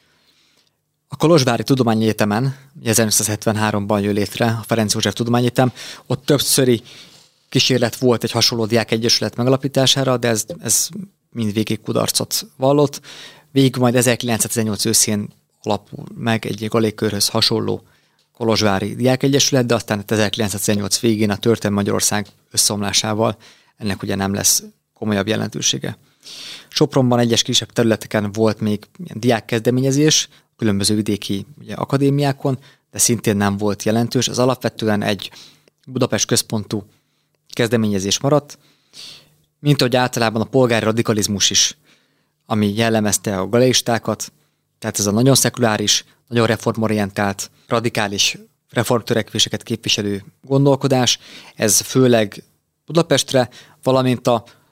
A Kolozsvári Tudományegyetemen, 1973-ban jön létre a Ferenc József Tudományegyetem, ott többszöri kísérlet volt egy hasonló diákegyesület megalapítására, de ez mindvégig kudarcot vallott. Végig majd 1918 őszén alapul meg egy galilei-körhöz hasonló kolozsvári diákegyesület, de aztán 1918 végén a történelmi Magyarország összeomlásával ennek ugye nem lesz komolyabb jelentősége. Sopronban egyes kisebb területeken volt még ilyen diákkezdeményezés, különböző vidéki ugye, akadémiákon, de szintén nem volt jelentős. Az alapvetően egy Budapest központú kezdeményezés maradt, mint ahogy általában a polgári radikalizmus is, ami jellemezte a galileistákat, tehát ez a nagyon szekuláris, nagyon reformorientált, radikális reformtörekvéseket képviselő gondolkodás, ez főleg Budapestre, valamint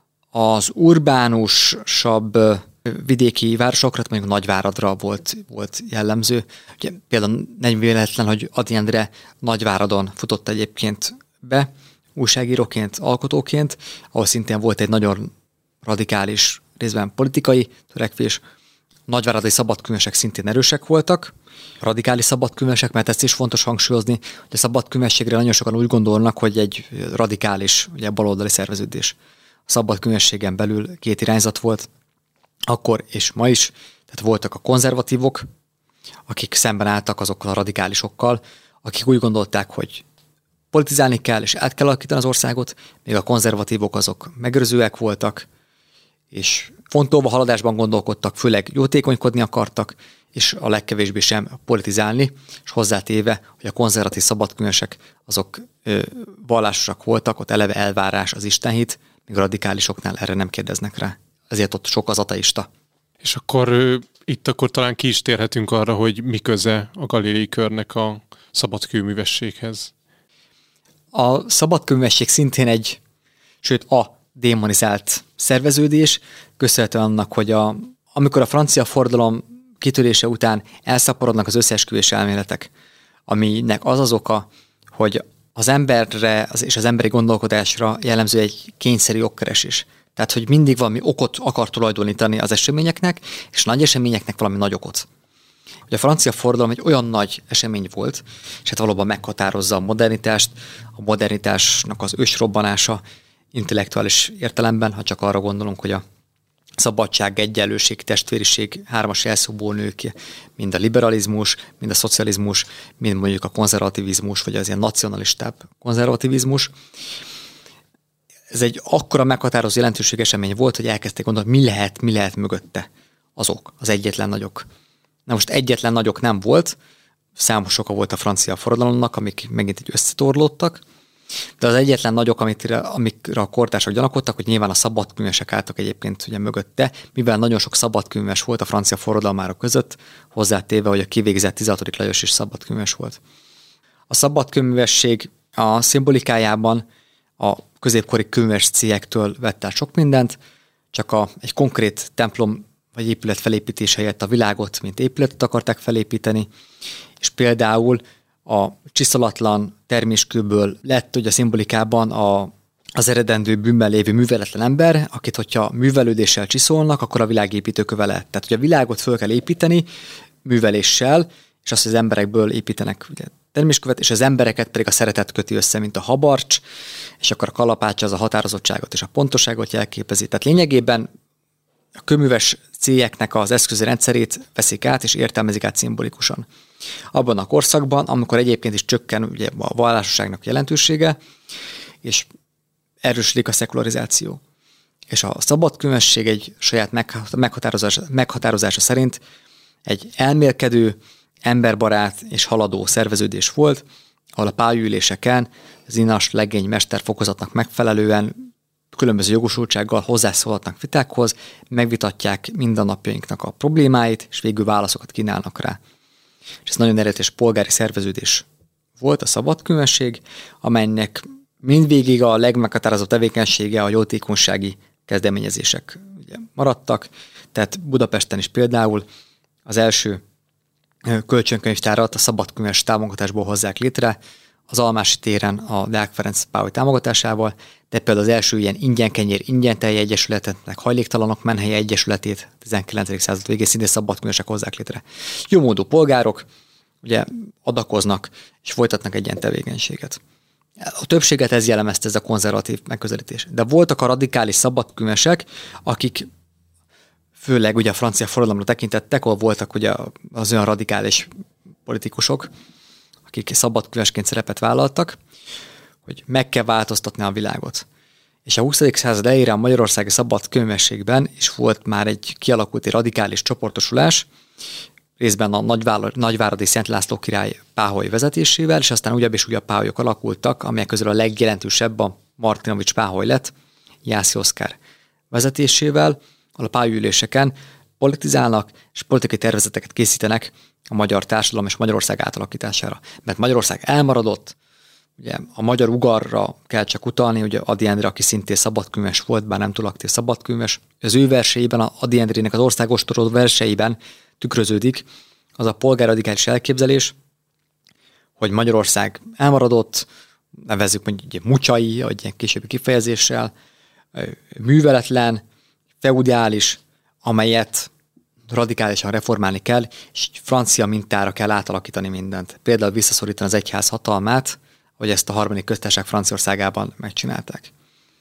az urbánusabb vidéki városokra, mondjuk Nagyváradra volt jellemző. Ugye, például nem véletlen, hogy Ady Endre Nagyváradon futott egyébként be, újságíróként, alkotóként, ahol szintén volt egy nagyon radikális, részben politikai törekvés. Nagyváradi szabadkőmesek szintén erősek voltak, radikális szabadkőmesek, mert ezt is fontos hangsúlyozni, hogy a szabadkőmességre nagyon sokan úgy gondolnak, hogy egy radikális, ugye baloldali szerveződés. A szabadkőmességen belül két irányzat volt, akkor és ma is, tehát voltak a konzervatívok, akik szemben álltak azokkal a radikálisokkal, akik úgy gondolták, hogy politizálni kell, és át kell alakítani az országot, még a konzervatívok azok megőrzőek voltak, és fontolva haladásban gondolkodtak, főleg jótékonykodni akartak, és a legkevésbé sem politizálni, és hozzátéve, hogy a konzervatív szabadkőmesek azok vallásosak voltak, ott eleve elvárás az istenhit, míg a radikálisoknál erre nem kérdeznek rá. Ezért ott sok az ateista. És akkor itt akkor talán ki is térhetünk arra, hogy mi köze a galilei-körnek a szabadkőművességhez. A szabadkőművesség szintén sőt a démonizált szerveződés, köszönhetően annak, hogy amikor a francia forradalom kitörése után elszaporodnak az összeesküvés elméletek, aminek az oka, hogy az emberre és az emberi gondolkodásra jellemző egy kényszerű okkeresés. Tehát, hogy mindig valami okot akar tulajdonítani az eseményeknek, és nagy eseményeknek valami nagy okot. Ugye a francia forradalom egy olyan nagy esemény volt, és hát valóban meghatározza a modernitást, a modernitásnak az ősrobbanása intellektuális értelemben, ha csak arra gondolunk, hogy a szabadság, egyenlőség, testvériség hármas jelszóból nő ki, mind a liberalizmus, mind a szocializmus, mind mondjuk a konzervativizmus, vagy az ilyen nacionalistább konzervativizmus. Ez egy akkora meghatározó jelentőség esemény volt, hogy elkezdték gondolni, mi lehet mögötte azok, az egyetlen nagyok. Na most egyetlen nagyok nem volt, számos oka volt a francia forradalomnak, amik megint így összetorlódtak, de az egyetlen nagyok, amikre a kortársak gyanakodtak, hogy nyilván a szabadkőművesek álltak egyébként ugye mögötte, mivel nagyon sok szabadkőműves volt a francia forradalmára között, hozzátéve, hogy a kivégzett 16. Lajos is szabadkőműves volt. A szabadkőművesség a szimbolikájában a középkori kőműves cégektől vett át sok mindent, csak egy konkrét templom vagy épület felépítés helyett a világot, mint épületet akarták felépíteni, és például a csiszolatlan terméskőből lett ugye a szimbolikában az eredendő bűnben lévő műveletlen ember, akit, hogyha művelődéssel csiszolnak, akkor a világépítőköve lett. Tehát, hogy a világot föl kell építeni műveléssel, és azt, hogy az emberekből építenek ugye, terméskövet, és az embereket pedig a szeretet köti össze, mint a habarcs, és akkor a kalapácsa az a határozottságot és a pontosságot jelképezi. Tehát lényegében a kőműves célyeknek az eszközi rendszerét veszik át, és értelmezik át szimbolikusan. Abban a korszakban, amikor egyébként is csökken ugye, a vallásosságnak jelentősége, és erősödik a szekularizáció. És a szabadkőmesség egy saját meghatározása szerint egy elmélkedő, emberbarát és haladó szerveződés volt, ahol a pályaüléseken az inas, legény, mester fokozatnak megfelelően különböző jogosultsággal hozzászólhatnak vitákhoz, megvitatják mindennapjainknak a problémáit, és végül válaszokat kínálnak rá. És ez nagyon erőteljes polgári szerveződés volt a szabadkőmesség, amelynek mindvégig a legmeghatározó tevékenysége a jótékonysági kezdeményezések ugye maradtak. Tehát Budapesten is például az első kölcsönkönyvtárat a szabadkőműves támogatásból hozzák létre, az Almási téren a Deák Ferenc Páholy támogatásával, de például az első ilyen ingyenkenyér, ingyen-tej egyesületet, meg hajléktalanok menhelye egyesületét 19. század végén szintén szabadkőművesek hozzák létre. Jómódú polgárok ugye adakoznak és folytatnak egy ilyen tevékenységet. A többséget ez jellemezte, ez a konzervatív megközelítés. De voltak a radikális szabadkőművesek, akik főleg ugye a francia forradalomra tekintettek, ahol voltak ugye az olyan radikális politikusok, akik szabadkőművesként szerepet vállaltak, hogy meg kell változtatni a világot. És a 20. század elejére a magyarországi szabadkőművességben is volt már egy kialakult egy radikális csoportosulás, részben a nagyváradi Szent László király páholy vezetésével, és aztán újabb és újabb páholyok alakultak, amelyek közül a legjelentősebb a Martinovics páholy lett, Jászi Oszkár vezetésével, ahol a pályaüléseken politizálnak és politikai tervezeteket készítenek a magyar társadalom és Magyarország átalakítására. Mert Magyarország elmaradott, ugye a magyar ugarra kell csak utalni, ugye Ady Endre, aki szintén szabadkőműves volt, bár nem túl aktív szabadkőműves, az ő verseiben, Ady Endrének az országostoró verseiben tükröződik az a polgárradikális elképzelés, hogy Magyarország elmaradott, nevezzük mondjuk mucsai, vagy egy későbbi kifejezéssel, műveletlen, feudális, amelyet radikálisan reformálni kell, és francia mintára kell átalakítani mindent. Például visszaszorítani az egyház hatalmát, hogy ezt a harmadik köztársaság Franciaországában megcsinálták.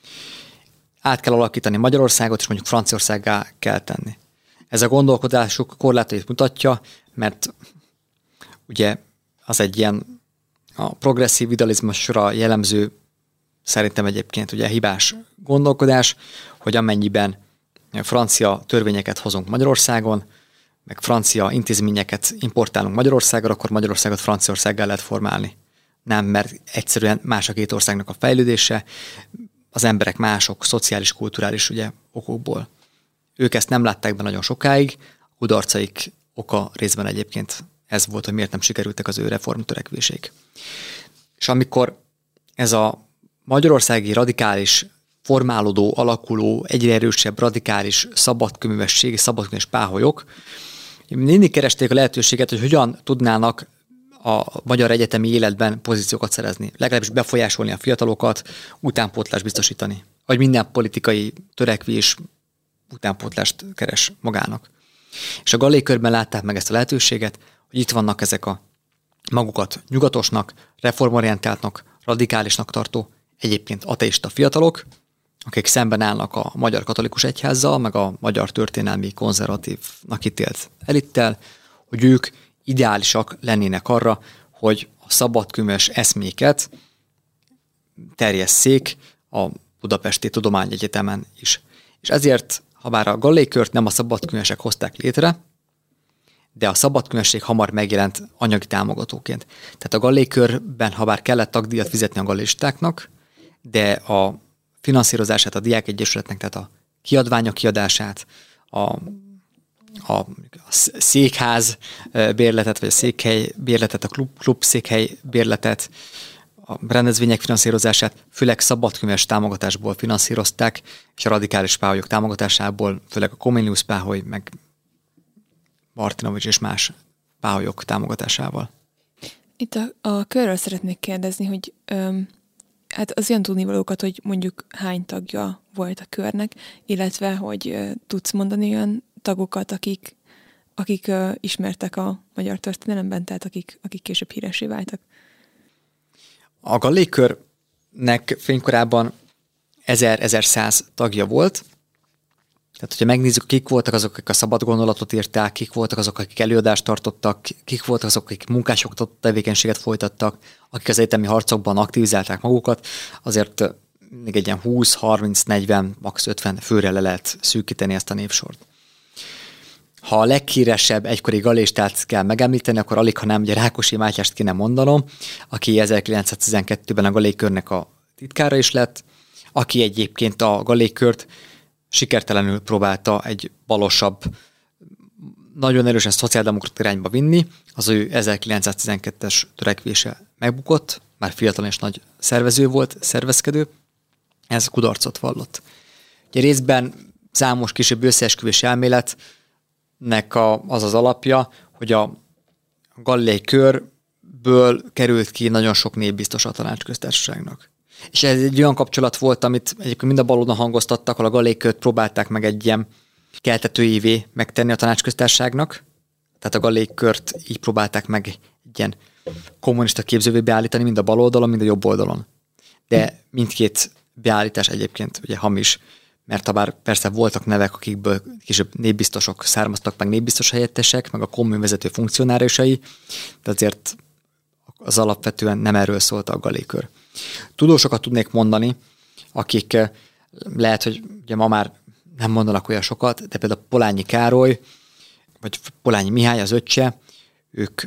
Át kell alakítani Magyarországot, és mondjuk Franciaországgá kell tenni. Ez a gondolkodásuk korlátait mutatja, mert ugye az egy ilyen a progresszív idealizmusra jellemző, szerintem egyébként ugye hibás gondolkodás, hogy amennyiben francia törvényeket hozunk Magyarországon, meg francia intézményeket importálunk Magyarországra, akkor Magyarországot Franciaországgá lehet formálni. Nem, mert egyszerűen más a két országnak a fejlődése, az emberek mások, szociális, kulturális ugye, okokból. Ők ezt nem látták be nagyon sokáig, kudarcaik oka részben egyébként ez volt, hogy miért nem sikerültek az ő reformtörekvéseik. És amikor ez a magyarországi radikális, formálódó, alakuló, egyre erősebb radikális szabadkőművesség és szabadkőműves páholyok mindig keresték a lehetőséget, hogy hogyan tudnának a magyar egyetemi életben pozíciókat szerezni, legalábbis befolyásolni a fiatalokat, utánpótlást biztosítani. Vagy minden politikai törekvés utánpótlást keres magának. És a Galilei körben látták meg ezt a lehetőséget, hogy itt vannak ezek a magukat nyugatosnak, reformorientáltnak, radikálisnak tartó, egyébként ateista fiatalok, akik szemben állnak a magyar katolikus egyházzal, meg a magyar történelmi konzervatívnak ítélt elittel, hogy ők ideálisak lennének arra, hogy a szabadkőműves eszméket terjesszék a Budapesti Tudományegyetemen is. És ezért, ha bár a Galley-kört nem a szabadkőművesek hozták létre, de a szabadkőművesség hamar megjelent anyagi támogatóként. Tehát a Galley-körben, ha bár kellett tagdíjat fizetni a galleistáknak, de a finanszírozását a diákegyesületnek, tehát a kiadványok kiadását, a székház bérletet, vagy a székhely bérletet, a klub székhely bérletet, a rendezvények finanszírozását főleg szabadkőműves támogatásból finanszírozták, és a radikális páholyok támogatásából, főleg a Comenius páholy, meg Martinovics és más páholyok támogatásával. Itt a körről szeretnék kérdezni, hogy hát az olyan tudnivalókat, hogy mondjuk hány tagja volt a körnek, illetve hogy tudsz mondani olyan tagokat, akik ismertek a magyar történelemben, tehát akik később híressé váltak. A Galley-körnek fénykorában 1000-1100 tagja volt. Tehát, hogyha megnézzük, kik voltak azok, akik a szabad gondolatot írták, kik voltak azok, akik előadást tartottak, kik voltak azok, akik munkásoktató tevékenységet folytattak, akik az egyetemi harcokban aktivizálták magukat, azért még egy ilyen 20-30-40, max. 50 főre le lehet szűkíteni ezt a névsort. Ha a leghíresebb egykori galleistát kell megemlíteni, akkor alig, ha nem, ugye Rákosi Mátyást kéne mondanom, aki 1912-ben a Galley-körnek a titkára is lett, aki egyébként a Galley-kört sikertelenül próbálta egy balosabb, nagyon erősen szociáldemokrata irányba vinni, az ő 1912-es törekvése megbukott, már fiatal és nagy szervező volt, szervezkedő, ez kudarcot vallott. Ugye részben számos kisebb összeesküvés elméletnek az az alapja, hogy a Galley-körből került ki nagyon sok népbiztos a Tanácsköztársaságnak. És ez egy olyan kapcsolat volt, amit egyébként mind a baloldalon hangoztattak, ahol a Galley-kört próbálták meg egy ilyen keltetőjévé megtenni a Tanácsköztársaságnak. Tehát a Galley-kört így próbálták meg egy ilyen kommunista képzővé beállítani, mind a baloldalon, mind a jobb oldalon. De mindkét beállítás egyébként ugye hamis, mert habár persze voltak nevek, akikből később népbiztosok származtak, meg népbiztos helyettesek, meg a kommun vezető funkcionárisai, de azért az alapvetően nem erről szólt a Galley-kör. Tudósokat tudnék mondani, akik lehet, hogy ugye ma már nem mondanak olyan sokat, de például Polányi Károly, vagy Polányi Mihály, az öccse, ők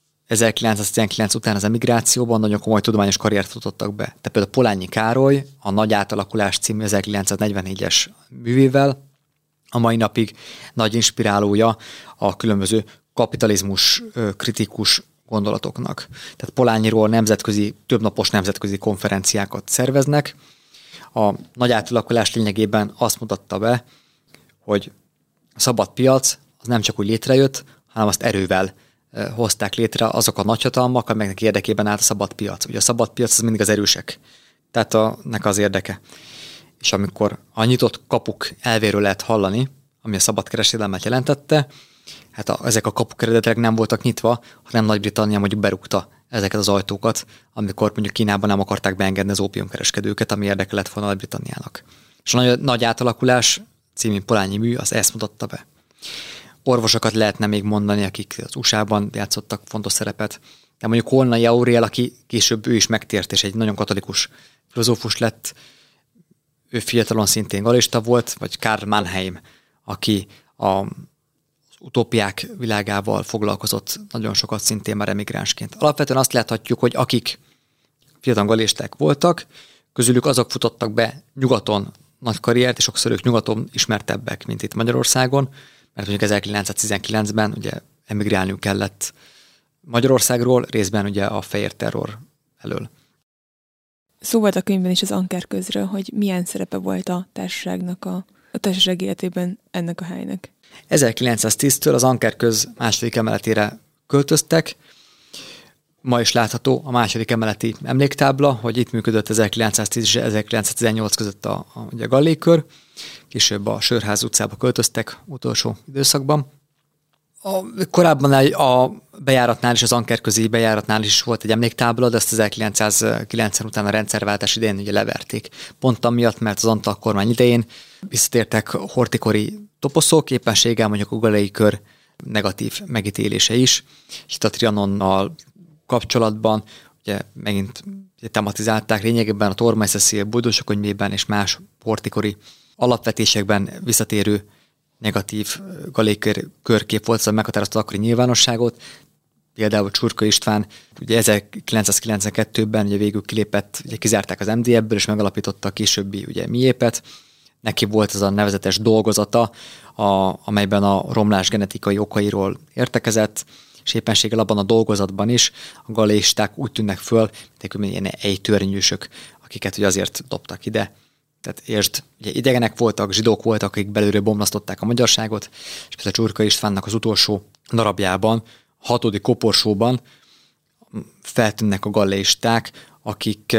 1919 után az emigrációban nagyon komoly tudományos karriert futottak be. Tehát például Polányi Károly a Nagy átalakulás című 1944-es művével a mai napig nagy inspirálója a különböző kapitalizmus kritikus gondolatoknak. Tehát Polányiról többnapos nemzetközi konferenciákat szerveznek. A nagy átalakulás lényegében azt mutatta be, hogy a szabad piac az nem csak úgy létrejött, hanem azt erővel hozták létre azok a nagyhatalmak, amelyeknek érdekében állt a szabad piac. Ugye a szabad piac az mindig az erősek. Tehát nek az érdeke. És amikor a nyitott kapuk elvéről lehet hallani, ami a szabad kereskedelmet jelentette, hát ezek a kapuk eredetileg nem voltak nyitva, hanem Nagy-Britannia mondjuk berúgta ezeket az ajtókat, amikor mondjuk Kínában nem akarták beengedni az ópiumkereskedőket, ami érdeke lett volna Nagy-Britanniának. És a nagy átalakulás című polányi mű az ezt mutatta be. Orvosokat lehetne még mondani, akik az USA-ban játszottak fontos szerepet, de mondjuk Holnai Aurél, aki később ő is megtért, és egy nagyon katolikus filozófus lett, ő fiatalon szintén gallista volt, vagy Karl Mannheim, aki az utópiák világával foglalkozott nagyon sokat szintén már emigránsként. Alapvetően azt láthatjuk, hogy akik fiatal gallisták voltak, közülük azok futottak be nyugaton nagy karriert, és sokszor ők nyugaton ismertebbek, mint itt Magyarországon, mert mondjuk 1919-ben ugye emigrálniuk kellett Magyarországról, részben ugye a fehér terror elől. Szó volt a könyvben is az Ankerközről, hogy milyen szerepe volt a társaságnak a társaság életében ennek a helynek. 1910-től az Ankerköz második emeletére költöztek. Ma is látható a második emeleti emléktábla, hogy itt működött 1910 és 1918 között a Galley-kör. Később a Sörház utcába költöztek utolsó időszakban. Korábban a bejáratnál is, az Ankerközi bejáratnál is volt egy emléktábla, de ezt 1990 után a rendszerváltás idején ugye leverték. Pont amiatt, mert az Antal kormány idején visszatértek hortikori toposzok, éppenséggel mondjuk a Galilei kör negatív megítélése is. És itt a Trianonnal kapcsolatban ugye megint tematizálták lényegében a Tormai Cecil Buldósok könyvében és más hortikori alapvetésekben visszatérő negatív Galilei körkép volt, szóval meghatározta akkori nyilvánosságot. Például Csurka István ugye 1992-ben ugye végül kilépett, ugye kizárták az MDF-ből, és megalapította a későbbi ugye miépet. Neki volt az a nevezetes dolgozata, amelyben a romlás genetikai okairól értekezett, és éppenséggel abban a dolgozatban is a galeisták úgy tűnnek föl, mint ilyen ejtőernyősök, akiket ugye azért dobtak ide. Tehát értsd, ugye idegenek voltak, zsidók voltak, akik belülről bomlasztották a magyarságot, és például Csurka Istvánnak az utolsó darabjában, a 6. koporsóban feltűnnek a galeisták, akik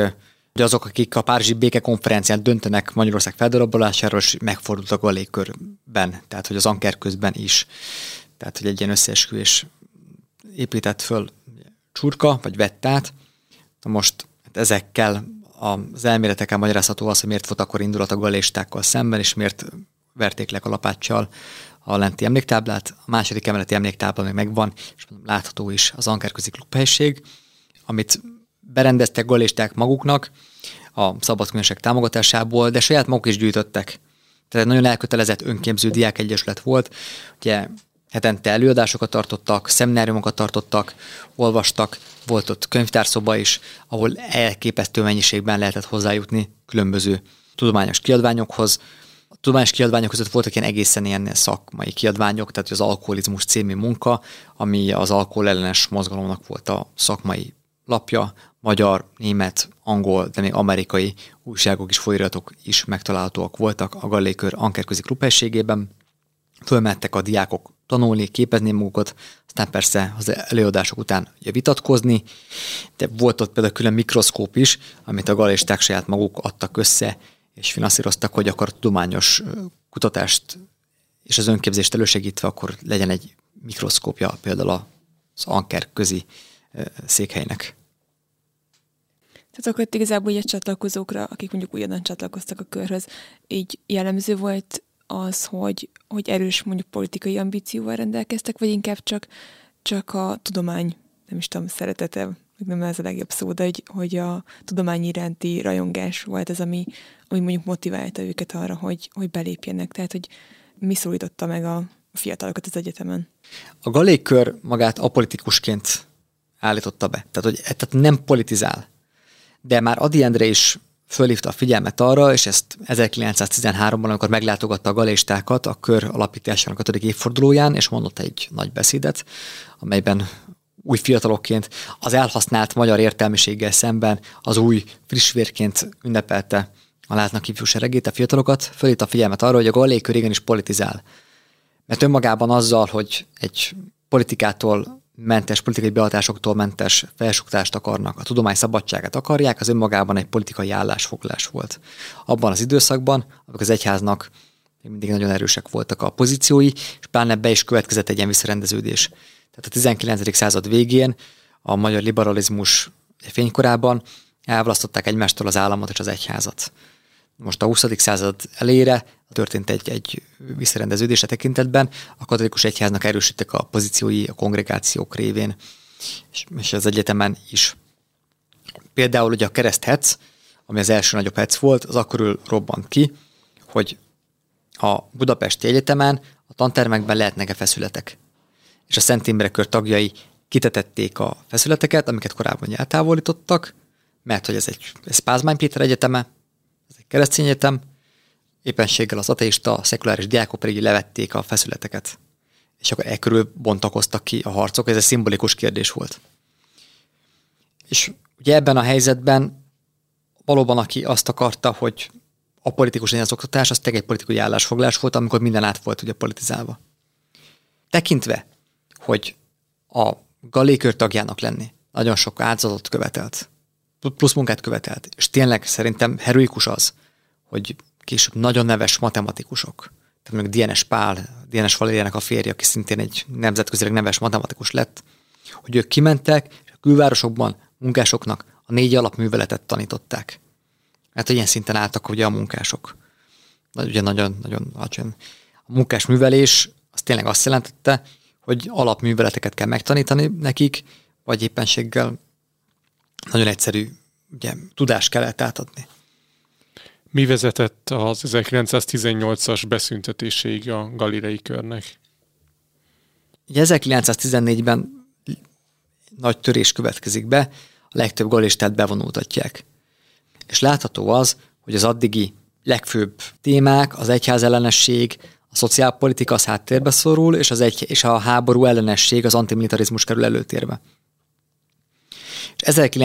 a Párizsi békekonferencián döntenek Magyarország feldarabolásáról, és megfordult a Galilei körben, tehát hogy az Ankerközben is. Tehát, hogy egy ilyen összeesküvés épített föl Csurka, vagy vett át. Most ezekkel az elméletekkel magyarázható az, hogy miért volt akkor indulat a galeistákkal szemben, és miért verték le kalapáccsal a lenti emléktáblát. A második emeleti emléktábla még megvan, és látható is az Ankerközi klubhelység, amit berendeztek galeisták maguknak a szabadkönyvesek támogatásából, de saját maguk is gyűjtöttek. Tehát nagyon elkötelezett önképző diákegyesület volt. Ugye hetente előadásokat tartottak, szemináriumokat tartottak, olvastak, volt ott könyvtárszoba is, ahol elképesztő mennyiségben lehetett hozzájutni különböző tudományos kiadványokhoz. A tudományos kiadványok között voltak egészen ilyen szakmai kiadványok, tehát az Alkoholizmus című munka, ami az alkohol ellenes mozgalomnak volt a szakmai lapja, magyar, német, angol, de még amerikai újságok és folyóiratok is megtalálhatóak voltak a Galilei kör Ankerközi klubhelyiségében. Fölmentek a diákok tanulni, képezni magukat, aztán persze az előadások után ugye vitatkozni, de volt ott például külön mikroszkóp is, amit a galeisták saját maguk adtak össze, és finanszíroztak, hogy akkor tudományos kutatást és az önképzést elősegítve, akkor legyen egy mikroszkópja például az Ankerközi székhelynek. Tehát akkor igazából így a csatlakozókra, akik mondjuk újonnan csatlakoztak a körhöz, így jellemző volt az, hogy erős mondjuk politikai ambícióval rendelkeztek, vagy inkább csak a tudomány, nem is tudom, szeretete, nem ez a legjobb szó, de hogy a tudomány iránti rajongás volt az, ami mondjuk motiválta őket arra, hogy belépjenek. Tehát, hogy mi szólította meg a fiatalokat az egyetemen? A Galilei kör magát apolitikusként állította be. Tehát nem politizál. De már Ady Endre is fölhívta a figyelmet arra, és ezt 1913-ban, amikor meglátogatta a galeistákat a kör alapításának 5. évfordulóján, és mondott egy nagy beszédet, amelyben új fiatalokként az elhasznált magyar értelmiséggel szemben az új frissvérként ünnepelte a Láznak ifjú seregét, a fiatalokat, fölhívta a figyelmet arra, hogy a Galilei kör igenis politizál. Mert önmagában azzal, hogy egy politikától mentes, politikai behatásoktól mentes felsőoktatást akarnak, a tudomány szabadságát akarják, az önmagában egy politikai állásfoglalás volt. Abban az időszakban, amikor az egyháznak mindig nagyon erősek voltak a pozíciói, és pláne be is következett egy ilyen visszarendeződés. Tehát a 19. század végén a magyar liberalizmus fénykorában elválasztották egymástól az államot és az egyházat. Most a 20. század elejére történt egy visszarendeződés a tekintetben, a katolikus egyháznak erősítettek a pozíciói a kongregációk révén, és az egyetemen is. Például ugye a kereszthetz, ami az első nagyobb hetz volt, az akkor robbant ki, hogy a Budapesti Egyetemen a tantermekben lehetnek-e feszületek. És a Szent Imre kör tagjai kitetették a feszületeket, amiket korábban eltávolítottak, mert hogy ez Pázmány Péter egyeteme, ez egy keresztény egyetem, éppenséggel az ateista, szekuláris diákok pedig levették a feszületeket. És akkor ekkörül bontakoztak ki a harcok, ez egy szimbolikus kérdés volt. És ugye ebben a helyzetben valóban, aki azt akarta, hogy a politikus legyen az oktatás, az egy politikai állásfoglalás volt, amikor minden át volt ugye politizálva. Tekintve, hogy a Galilei kör tagjának lenni nagyon sok áldozatot követelt, plusz munkát követelt, és tényleg szerintem heroikus az, hogy később nagyon neves matematikusok, tehát mondjuk DNS Pál, DNS Valériának a férje, aki szintén egy nemzetközileg neves matematikus lett, hogy ők kimentek, és a külvárosokban munkásoknak a 4 alapműveletet tanították. Hát ilyen szinten álltak ugye a munkások. Ugye nagyon alacsony. A munkásművelés az tényleg azt jelentette, hogy alapműveleteket kell megtanítani nekik, vagy éppenséggel nagyon egyszerű ugye, tudást kellett átadni. Mi vezetett az 1918-as beszüntetéséig a Galilei körnek? Ugye 1914-ben nagy törés következik be, a legtöbb galistát bevonultatják. És látható az, hogy az addigi legfőbb témák, az egyházellenesség, a szociálpolitika az háttérbe szorul, és a háború ellenesség, az antimilitarizmus kerül előtérbe. És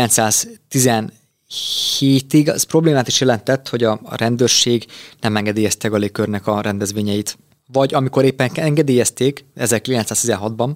1917-ig az problémát is jelentett, hogy a rendőrség nem engedélyezte Galilei körnek a rendezvényeit. Vagy amikor éppen engedélyezték, 1916-ban,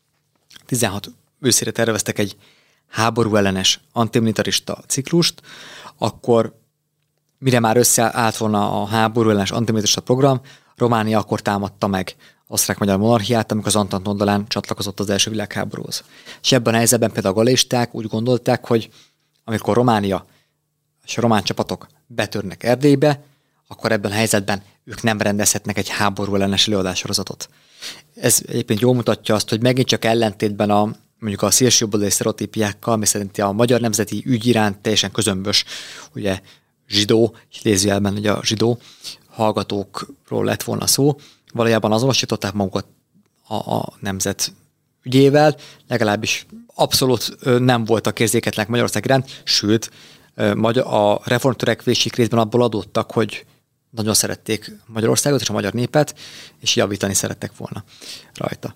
16 őszére terveztek egy háború ellenes antimilitarista ciklust, akkor mire már összeállt volna a háború ellenes antimilitarista program, Románia akkor támadta meg osztrák-magyar monarchiát, amikor az Antant oldalán csatlakozott az első világháborúhoz. És ebben a helyzetben például a galeisták úgy gondolták, hogy amikor Románia és a román csapatok betörnek Erdélybe, akkor ebben a helyzetben ők nem rendezhetnek egy háború ellenes előadássorozatot. Ez egyébként jól mutatja azt, hogy megint csak ellentétben mondjuk a szélsőjobboldali sztereotípiákkal, ami szerint a magyar nemzeti ügy iránt teljesen közömbös, ugye zsidó, idézőjelben ugye a zsidó hallgatókról lett volna szó, valójában azonosították magukat a nemzet ügyével, legalábbis abszolút nem voltak érzéketlenek Magyarország iránt, sőt, a reformtörekvésik részben abból adódtak, hogy nagyon szerették Magyarországot és a magyar népet, és javítani szerettek volna rajta.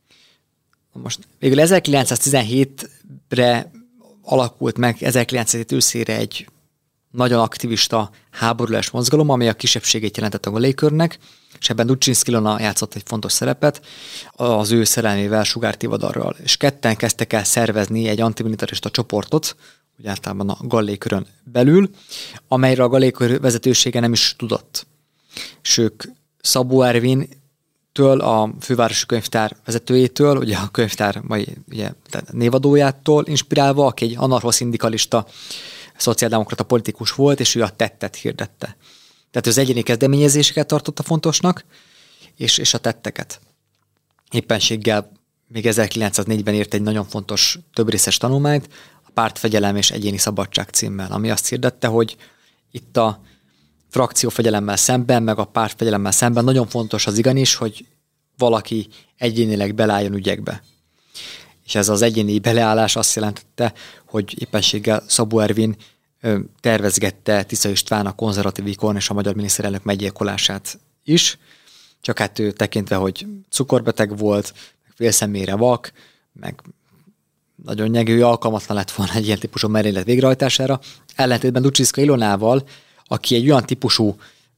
Most végül 1917-re alakult meg 1917 őszére egy nagyon aktivista háborús mozgalom, ami a kisebbségét jelentett a Galilei körnek, és ebben Duczynszky Ilona játszott egy fontos szerepet az ő szerelmével, Sugár Tivadarral. És ketten kezdtek el szervezni egy antimilitarista csoportot, úgy általában a Galilei körön belül, amelyre a Galilei kör vezetősége nem is tudott. És ők Szabó Ervintől, a fővárosi könyvtár vezetőjétől, ugye a könyvtár névadójától inspirálva, aki egy anarcho-szindikalista szociáldemokrata politikus volt, és ő a tettet hirdette. Tehát az egyéni kezdeményezéseket tartotta fontosnak, és a tetteket. Éppenséggel még 1904-ben írt egy nagyon fontos többrészes tanulmányt, a Pártfegyelem és egyéni szabadság címmel, ami azt hirdette, hogy itt a frakciófegyelemmel szemben, meg a pártfegyelemmel szemben nagyon fontos az igenis, hogy valaki egyénileg beleálljon ügyekbe. És ez az egyéni beleállás azt jelentette, hogy éppenséggel Szabó Ervin tervezgette Tisza István a konzervatív ikon és a magyar miniszterelnök meggyilkolását is, csak hát ő tekintve, hogy cukorbeteg volt, meg félszemélyre vak, meg nagyon nyegő, alkalmatlan lett volna egy ilyen típusú merénylet végrehajtására. Ellentétben Duczynszky Ilonával, aki egy olyan típusú,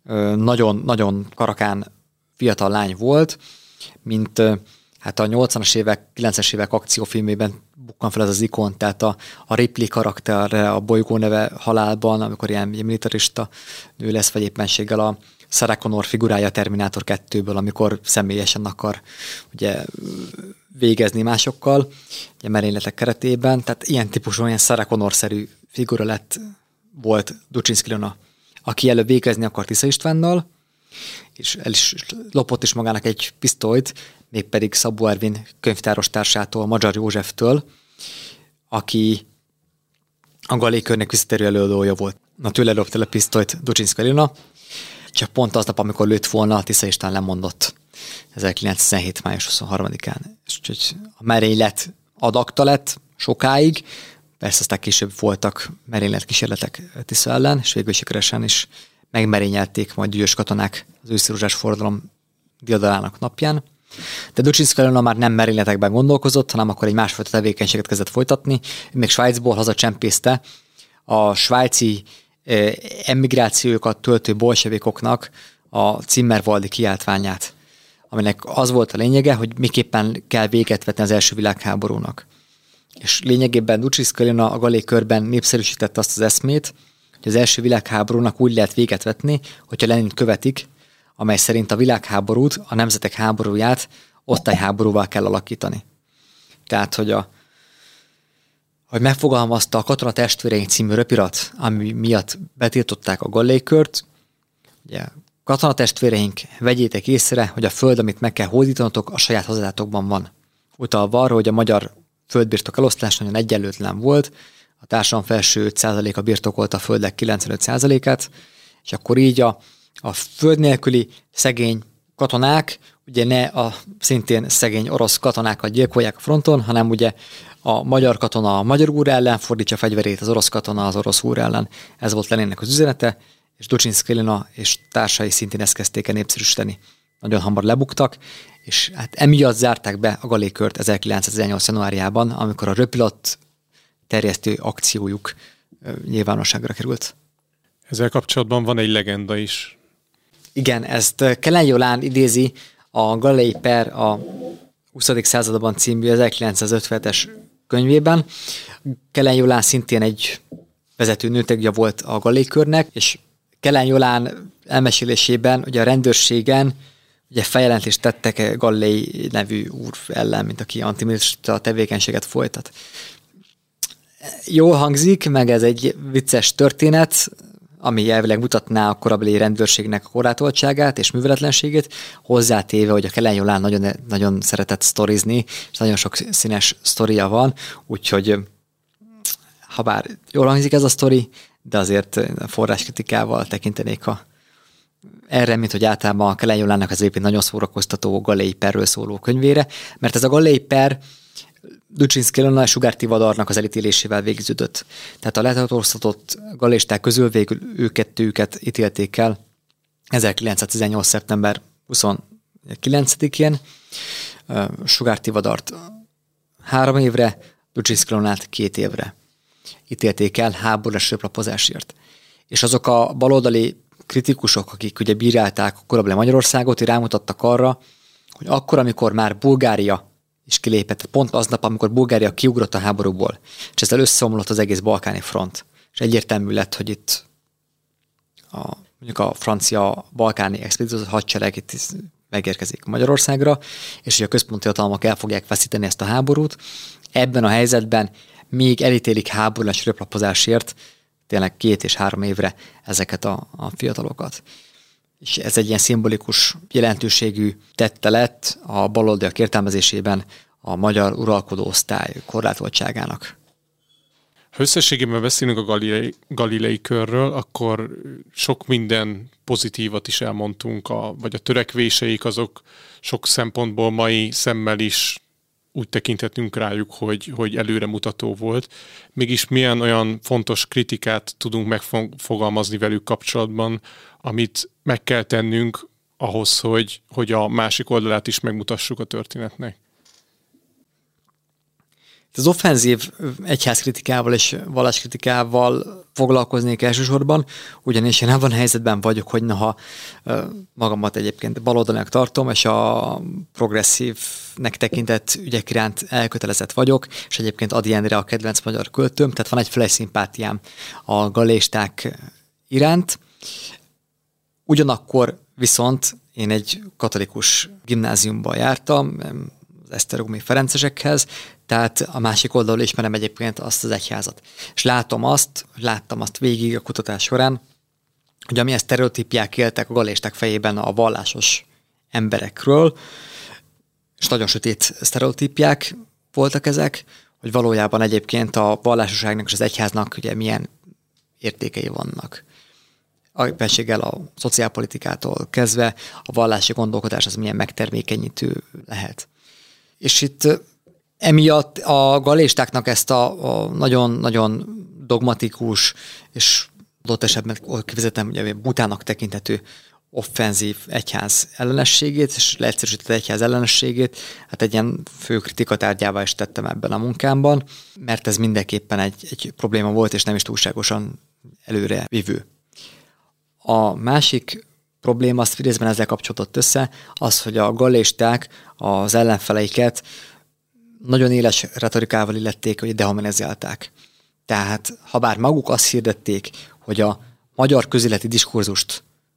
nagyon karakán fiatal lány volt, mint hát a 80-as évek, 90-es évek akciófilmében bukkan fel ez az ikon, tehát a Ripley karakterre, a bolygó neve Halálban, amikor ilyen militarista nő lesz, vagy éppenséggel a Sarah Connor figurája a Terminátor 2-ből, amikor személyesen akar ugye végezni másokkal, ugye merényletek keretében, tehát ilyen típusú, ilyen Sarah Connor-szerű figura volt Duczynszky Ilona, aki előbb végezni akart Tisza Istvánnal, és el is lopott is magának egy pisztolyt, mégpedig Szabó Ervin könyvtáros társától, Magyar Józseftől, aki a Galilei körnek visszatérő előadója volt. Na, tőle lopta le a pisztolyt Duczynszky Ilona, csak pont aznap, amikor lőtt volna, Tisza István lemondott 1917. május 23-án. És a merénylet ad akta lett sokáig, persze aztán később voltak merényletkísérletek Tisza ellen, és végül sikeresen is megmerényelték majd dühös katonák az őszirózsás forradalom diadalának napján. De Duczynszky Ilona már nem merényletekben gondolkozott, hanem akkor egy másfajta tevékenységet kezdett folytatni. Még Svájcból hazacsempészte a svájci emigrációkat töltő bolsevikoknak a Zimmerwaldi kiáltványát, aminek az volt a lényege, hogy miképpen kell véget vetni az első világháborúnak. És lényegében Duczynszky Ilona a Galilei körben népszerűsítette azt az eszmét, hogy az első világháborúnak úgy lehet véget vetni, hogyha Lenint követik amely szerint a világháborút, a nemzetek háborúját osztályháborúvá kell alakítani. Tehát, hogy megfogalmazta a Katona testvéreink című röpirat, ami miatt betiltották a Galley-kört, ugye, katona testvéreink, vegyétek észre, hogy a föld, amit meg kell hódítanatok, a saját hazátokban van. Utalva arra, hogy a magyar földbirtok elosztás nagyon egyenlőtlen volt, a társadalom felső 5%-a birtokolta a földek 95%-át, és akkor így a föld nélküli szegény katonák, ugye ne a szintén szegény orosz katonákat gyilkolják a fronton, hanem ugye a magyar katona a magyar úr ellen fordítja a fegyverét, az orosz katona az orosz úr ellen. Ez volt Leninnek az üzenete, és Ducsinszky Elena és társai szintén ezt kezdték el népszerűsíteni. Nagyon hamar lebuktak, és hát emiatt zárták be a Galley-kört 1918. januárjában, amikor a röpilott terjesztő akciójuk nyilvánosságra került. Ezzel kapcsolatban van egy legenda is. Igen, ezt Kellen Jolán idézi a Galley per a 20. században című 1957-es könyvében. Kellen Jolán szintén egy vezető nőtagja volt a Galley-körnek, és Kellen Jolán elmesélésében ugye a rendőrségen ugye feljelentést tettek Galley nevű úr ellen, mint aki antiministra tevékenységet folytat. Jól hangzik, meg ez egy vicces történet, ami elvileg mutatná a korabeli rendőrségnek a korlátoltságát és műveletlenségét, hozzátéve, hogy a Kellen Jolán nagyon, nagyon szeretett sztorizni, és nagyon sok színes sztoria van, úgyhogy ha bár jól hangzik ez a sztori, de azért forráskritikával tekintenék erre, mint hogy általában a Kellen Jolánnak az éppen nagyon szórakoztató Galley perről szóló könyvére, mert ez a Galley per Ducsinszky Elena és Sugár Tivadarnak az elítélésével végződött. Tehát a letartóztatott galléisták közül végül őket ítélték el 1918. szeptember 29-én, Sugár Tivadart 3 évre, Ducsinszky Elenát 2 évre ítélték el háborús röplapozásért. És azok a baloldali kritikusok, akik ugye bírálták a korabeli Magyarországot, rámutattak arra, hogy akkor, amikor már Bulgária is kilépett, pont aznap, amikor Bulgária kiugrott a háborúból, és ezzel összeomlott az egész balkáni front. És egyértelmű lett, hogy itt mondjuk a francia balkáni expedíciós hadsereg itt megérkezik Magyarországra, és hogy a központi hatalmak el fogják veszíteni ezt a háborút. Ebben a helyzetben még elítélik háborús röplapozásért tényleg 2 és 3 évre ezeket a fiatalokat. És ez egy ilyen szimbolikus jelentőségű tette lett a baloldalak értelmezésében a magyar uralkodó osztály korlátoltságának. Ha összességében beszélünk a Galilei körről, akkor sok minden pozitívat is elmondtunk, vagy a törekvéseik azok sok szempontból mai szemmel is úgy tekinthetünk rájuk, hogy előremutató volt. Mégis milyen olyan fontos kritikát tudunk megfogalmazni velük kapcsolatban, amit meg kell tennünk ahhoz, hogy a másik oldalát is megmutassuk a történetnek? Az offenzív egyházkritikával és valláskritikával foglalkoznék elsősorban, ugyanis én abban a helyzetben vagyok, hogy noha magamat egyébként baloldalinak tartom, és a progresszívnek tekintett ügyek iránt elkötelezett vagyok, és egyébként Ady Endre a kedvenc magyar költőm, tehát van egyféle szimpátiám a galléisták iránt. Ugyanakkor viszont én egy katolikus gimnáziumban jártam, az esztergomi ferencesekhez, tehát a másik oldalról ismerem egyébként azt az egyházat. És láttam azt végig a kutatás során, hogy amilyen sztereotípiák éltek a galléisták fejében a vallásos emberekről, és nagyon sötét sztereotípiák voltak ezek, hogy valójában egyébként a vallásosságnak és az egyháznak ugye milyen értékei vannak. Éppenséggel a szociálpolitikától kezdve a vallási gondolkodás az milyen megtermékenyítő lehet. És itt emiatt a galléistáknak ezt a nagyon-nagyon dogmatikus és adott esetben kivezetem, ugye butának tekinthető offenzív egyház ellenességét és leegyszerűsített egyház ellenességét, hát egy ilyen fő kritikatárgyává is tettem ebben a munkámban, mert ez mindenképpen egy probléma volt, és nem is túlságosan előre vívő. A másik probléma, azt részben ezzel kapcsolódott össze, az, hogy a galléisták az ellenfeleiket nagyon éles retorikával illették, hogy dehumanizálták. Tehát, ha bár maguk azt hirdették, hogy a magyar közéleti diskurzust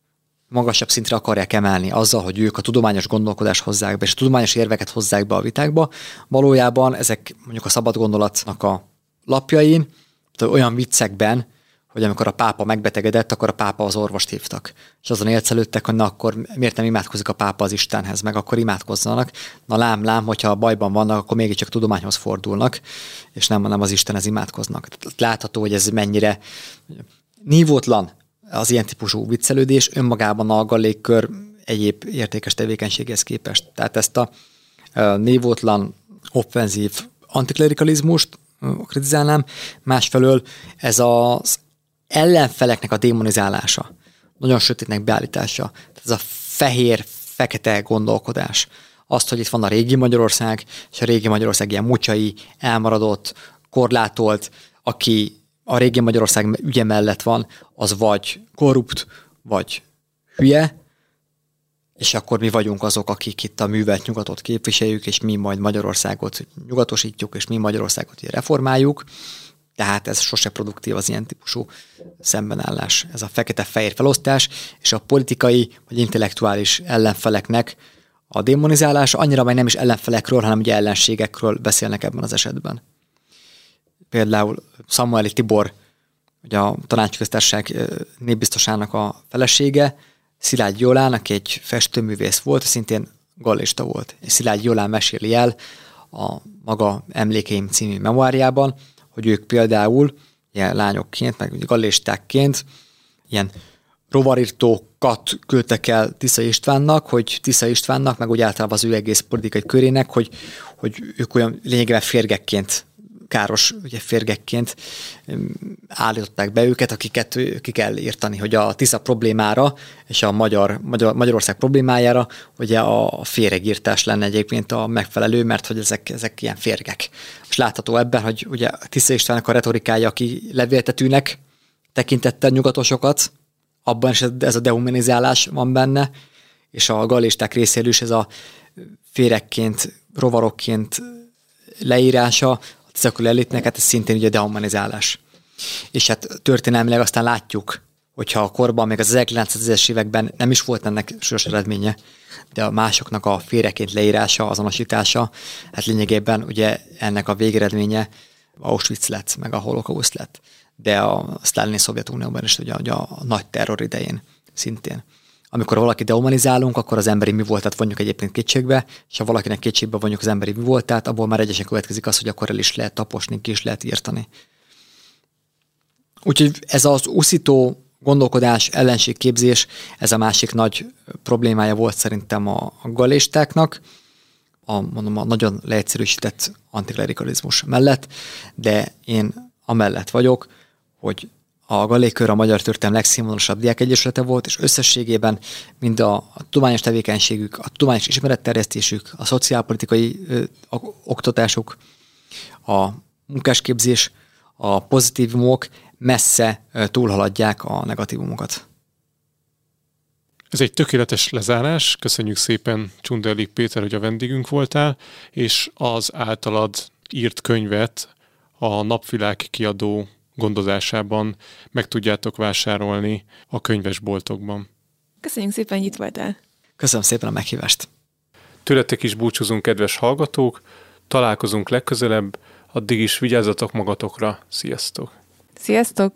magasabb szintre akarják emelni azzal, hogy ők a tudományos gondolkodást hozzák be, és a tudományos érveket hozzák be a vitákba. Valójában ezek mondjuk a szabad gondolatnak a lapjain, olyan viccekben, hogy amikor a pápa megbetegedett, akkor a pápa az orvost hívtak. És azon élcelődtek, hogy na akkor miért nem imádkozik a pápa az Istenhez, meg akkor imádkozzanak. Na lám, hogyha bajban vannak, akkor mégiscsak tudományhoz fordulnak, és nem az Istenhez imádkoznak. Látható, hogy ez mennyire nívótlan az ilyen típusú viccelődés önmagában a Galilei-kör egyéb értékes tevékenységhez képest. Tehát ezt a nívótlan, offenzív antiklerikalizmust kritizálnám, másfelől ez az ellenfeleknek a démonizálása, nagyon sötétnek beállítása, tehát ez a fehér-fekete gondolkodás. Azt, hogy itt van a régi Magyarország, és a régi Magyarország ilyen mucsai, elmaradott, korlátolt, aki a régi Magyarország ügye mellett van, az vagy korrupt, vagy hülye, és akkor mi vagyunk azok, akik itt a művelt nyugatot képviseljük, és mi majd Magyarországot nyugatosítjuk, és mi Magyarországot reformáljuk. Tehát ez sose produktív az ilyen típusú szembenállás. Ez a fekete-fehér felosztás, és a politikai vagy intellektuális ellenfeleknek a démonizálása annyira majd nem is ellenfelekről, hanem ugye ellenségekről beszélnek ebben az esetben. Például Samueli Tibor, ugye a Tanácsköztársaság népbiztosának a felesége, Szilágy Jolán, aki egy festőművész volt, szintén gallista volt. És Szilágy Jolán meséli el a maga Emlékeim című memoáriában, hogy ők például ilyen lányokként, meg gallistákként ilyen rovarirtókat küldtek el Tisza Istvánnak, meg úgy általában az ő egész politikai körének, hogy ők olyan lényegében férgekként, káros ugye férgekként állították be őket, akiket ki kell írtani, hogy a Tisza problémára és a Magyarország problémájára ugye a féregírtás lenne egyébként a megfelelő, mert hogy ezek ilyen férgek. És látható ebben, hogy ugye Tisza Istvánnak a retorikája, aki levéltetőnek tekintette a nyugatosokat, abban is ez a dehumanizálás van benne, és a gallisták részéről is ez a féregként, rovarokként leírása, ezekről elitnek, hát ez szintén ugye dehumanizálás. És hát történelmileg aztán látjuk, hogyha a korban, még az 1910-es években nem is volt ennek sors eredménye, de a másoknak a féreként leírása, azonosítása, hát lényegében ugye ennek a végeredménye Auschwitz lett, meg a holokauszt lett. De a sztálini Szovjetunióban is ugye a nagy terror idején szintén. Amikor valaki dehumanizálunk, akkor az emberi mi voltát vonjuk egyébként kétségbe, és ha valakinek kétségbe vonjuk az emberi mi voltát, abból már egyesen következik az, hogy akkor el is lehet taposni, ki is lehet írtani. Úgyhogy ez az uszító gondolkodás, ellenségképzés, ez a másik nagy problémája volt szerintem a gallistáknak, a nagyon leegyszerűsített antiklerikalizmus mellett, de én amellett vagyok, hogy a Galilei-kör a magyar történelem legszínvonalasabb diákegyesülete volt, és összességében mind a tudományos tevékenységük, a tudományos ismeretterjesztésük, a szociálpolitikai oktatásuk, a munkásképzés, a pozitívumok messze túlhaladják a negatívumokat. Ez egy tökéletes lezárás. Köszönjük szépen Csunderlik Péter, hogy a vendégünk voltál, és az általad írt könyvet a Napvilág kiadó gondozásában meg tudjátok vásárolni a könyvesboltokban. Köszönjük szépen, hogy itt voltál. Köszönöm szépen a meghívást. Tőletek is búcsúzunk, kedves hallgatók. Találkozunk legközelebb, addig is vigyázzatok magatokra. Sziasztok! Sziasztok!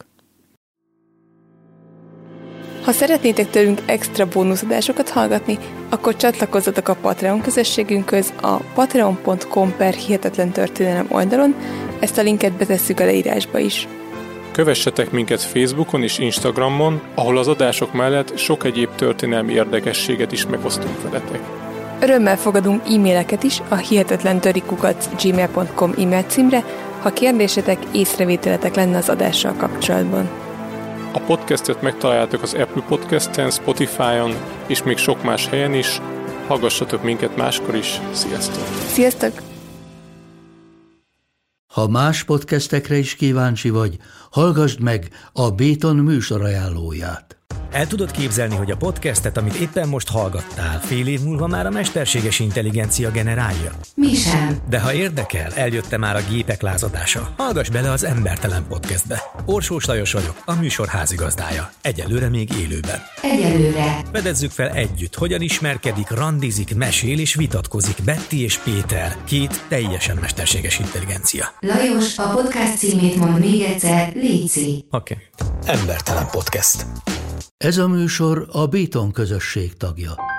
Ha szeretnétek tőlünk extra bónuszadásokat hallgatni, akkor csatlakozzatok a Patreon közösségünkhöz a patreon.com/hihetetlentörténelem oldalon, ezt a linket betesszük a leírásba is. Kövessetek minket Facebookon és Instagramon, ahol az adások mellett sok egyéb történelmi érdekességet is megosztunk veletek. Örömmel fogadunk e-maileket is a hihetetlentörikukac@gmail.com e-mail címre, ha kérdésetek, észrevételetek lenne az adással kapcsolatban. A podcastet megtaláljátok az Apple Podcast-en, Spotify-on és még sok más helyen is. Hallgassatok minket máskor is. Sziasztok! Sziasztok! Ha más podcastekre is kíváncsi vagy, hallgassd meg a Béton műsor ajánlóját. El tudod képzelni, hogy a podcastet, amit éppen most hallgattál, fél év múlva már a mesterséges intelligencia generálja? Mi sem. De ha érdekel, eljött már a gépek lázadása. Hallgass bele az Embertelen Podcastbe. Orsós Lajos vagyok, a műsor házigazdája. Egyelőre még élőben. Egyelőre. Fedezzük fel együtt, hogyan ismerkedik, randizik, mesél és vitatkozik Betty és Péter, két teljesen mesterséges intelligencia. Lajos, a podcast címét mondd még egyszer, léci. Oké. Embertelen Podcast. Ez a műsor a Béton közösség tagja.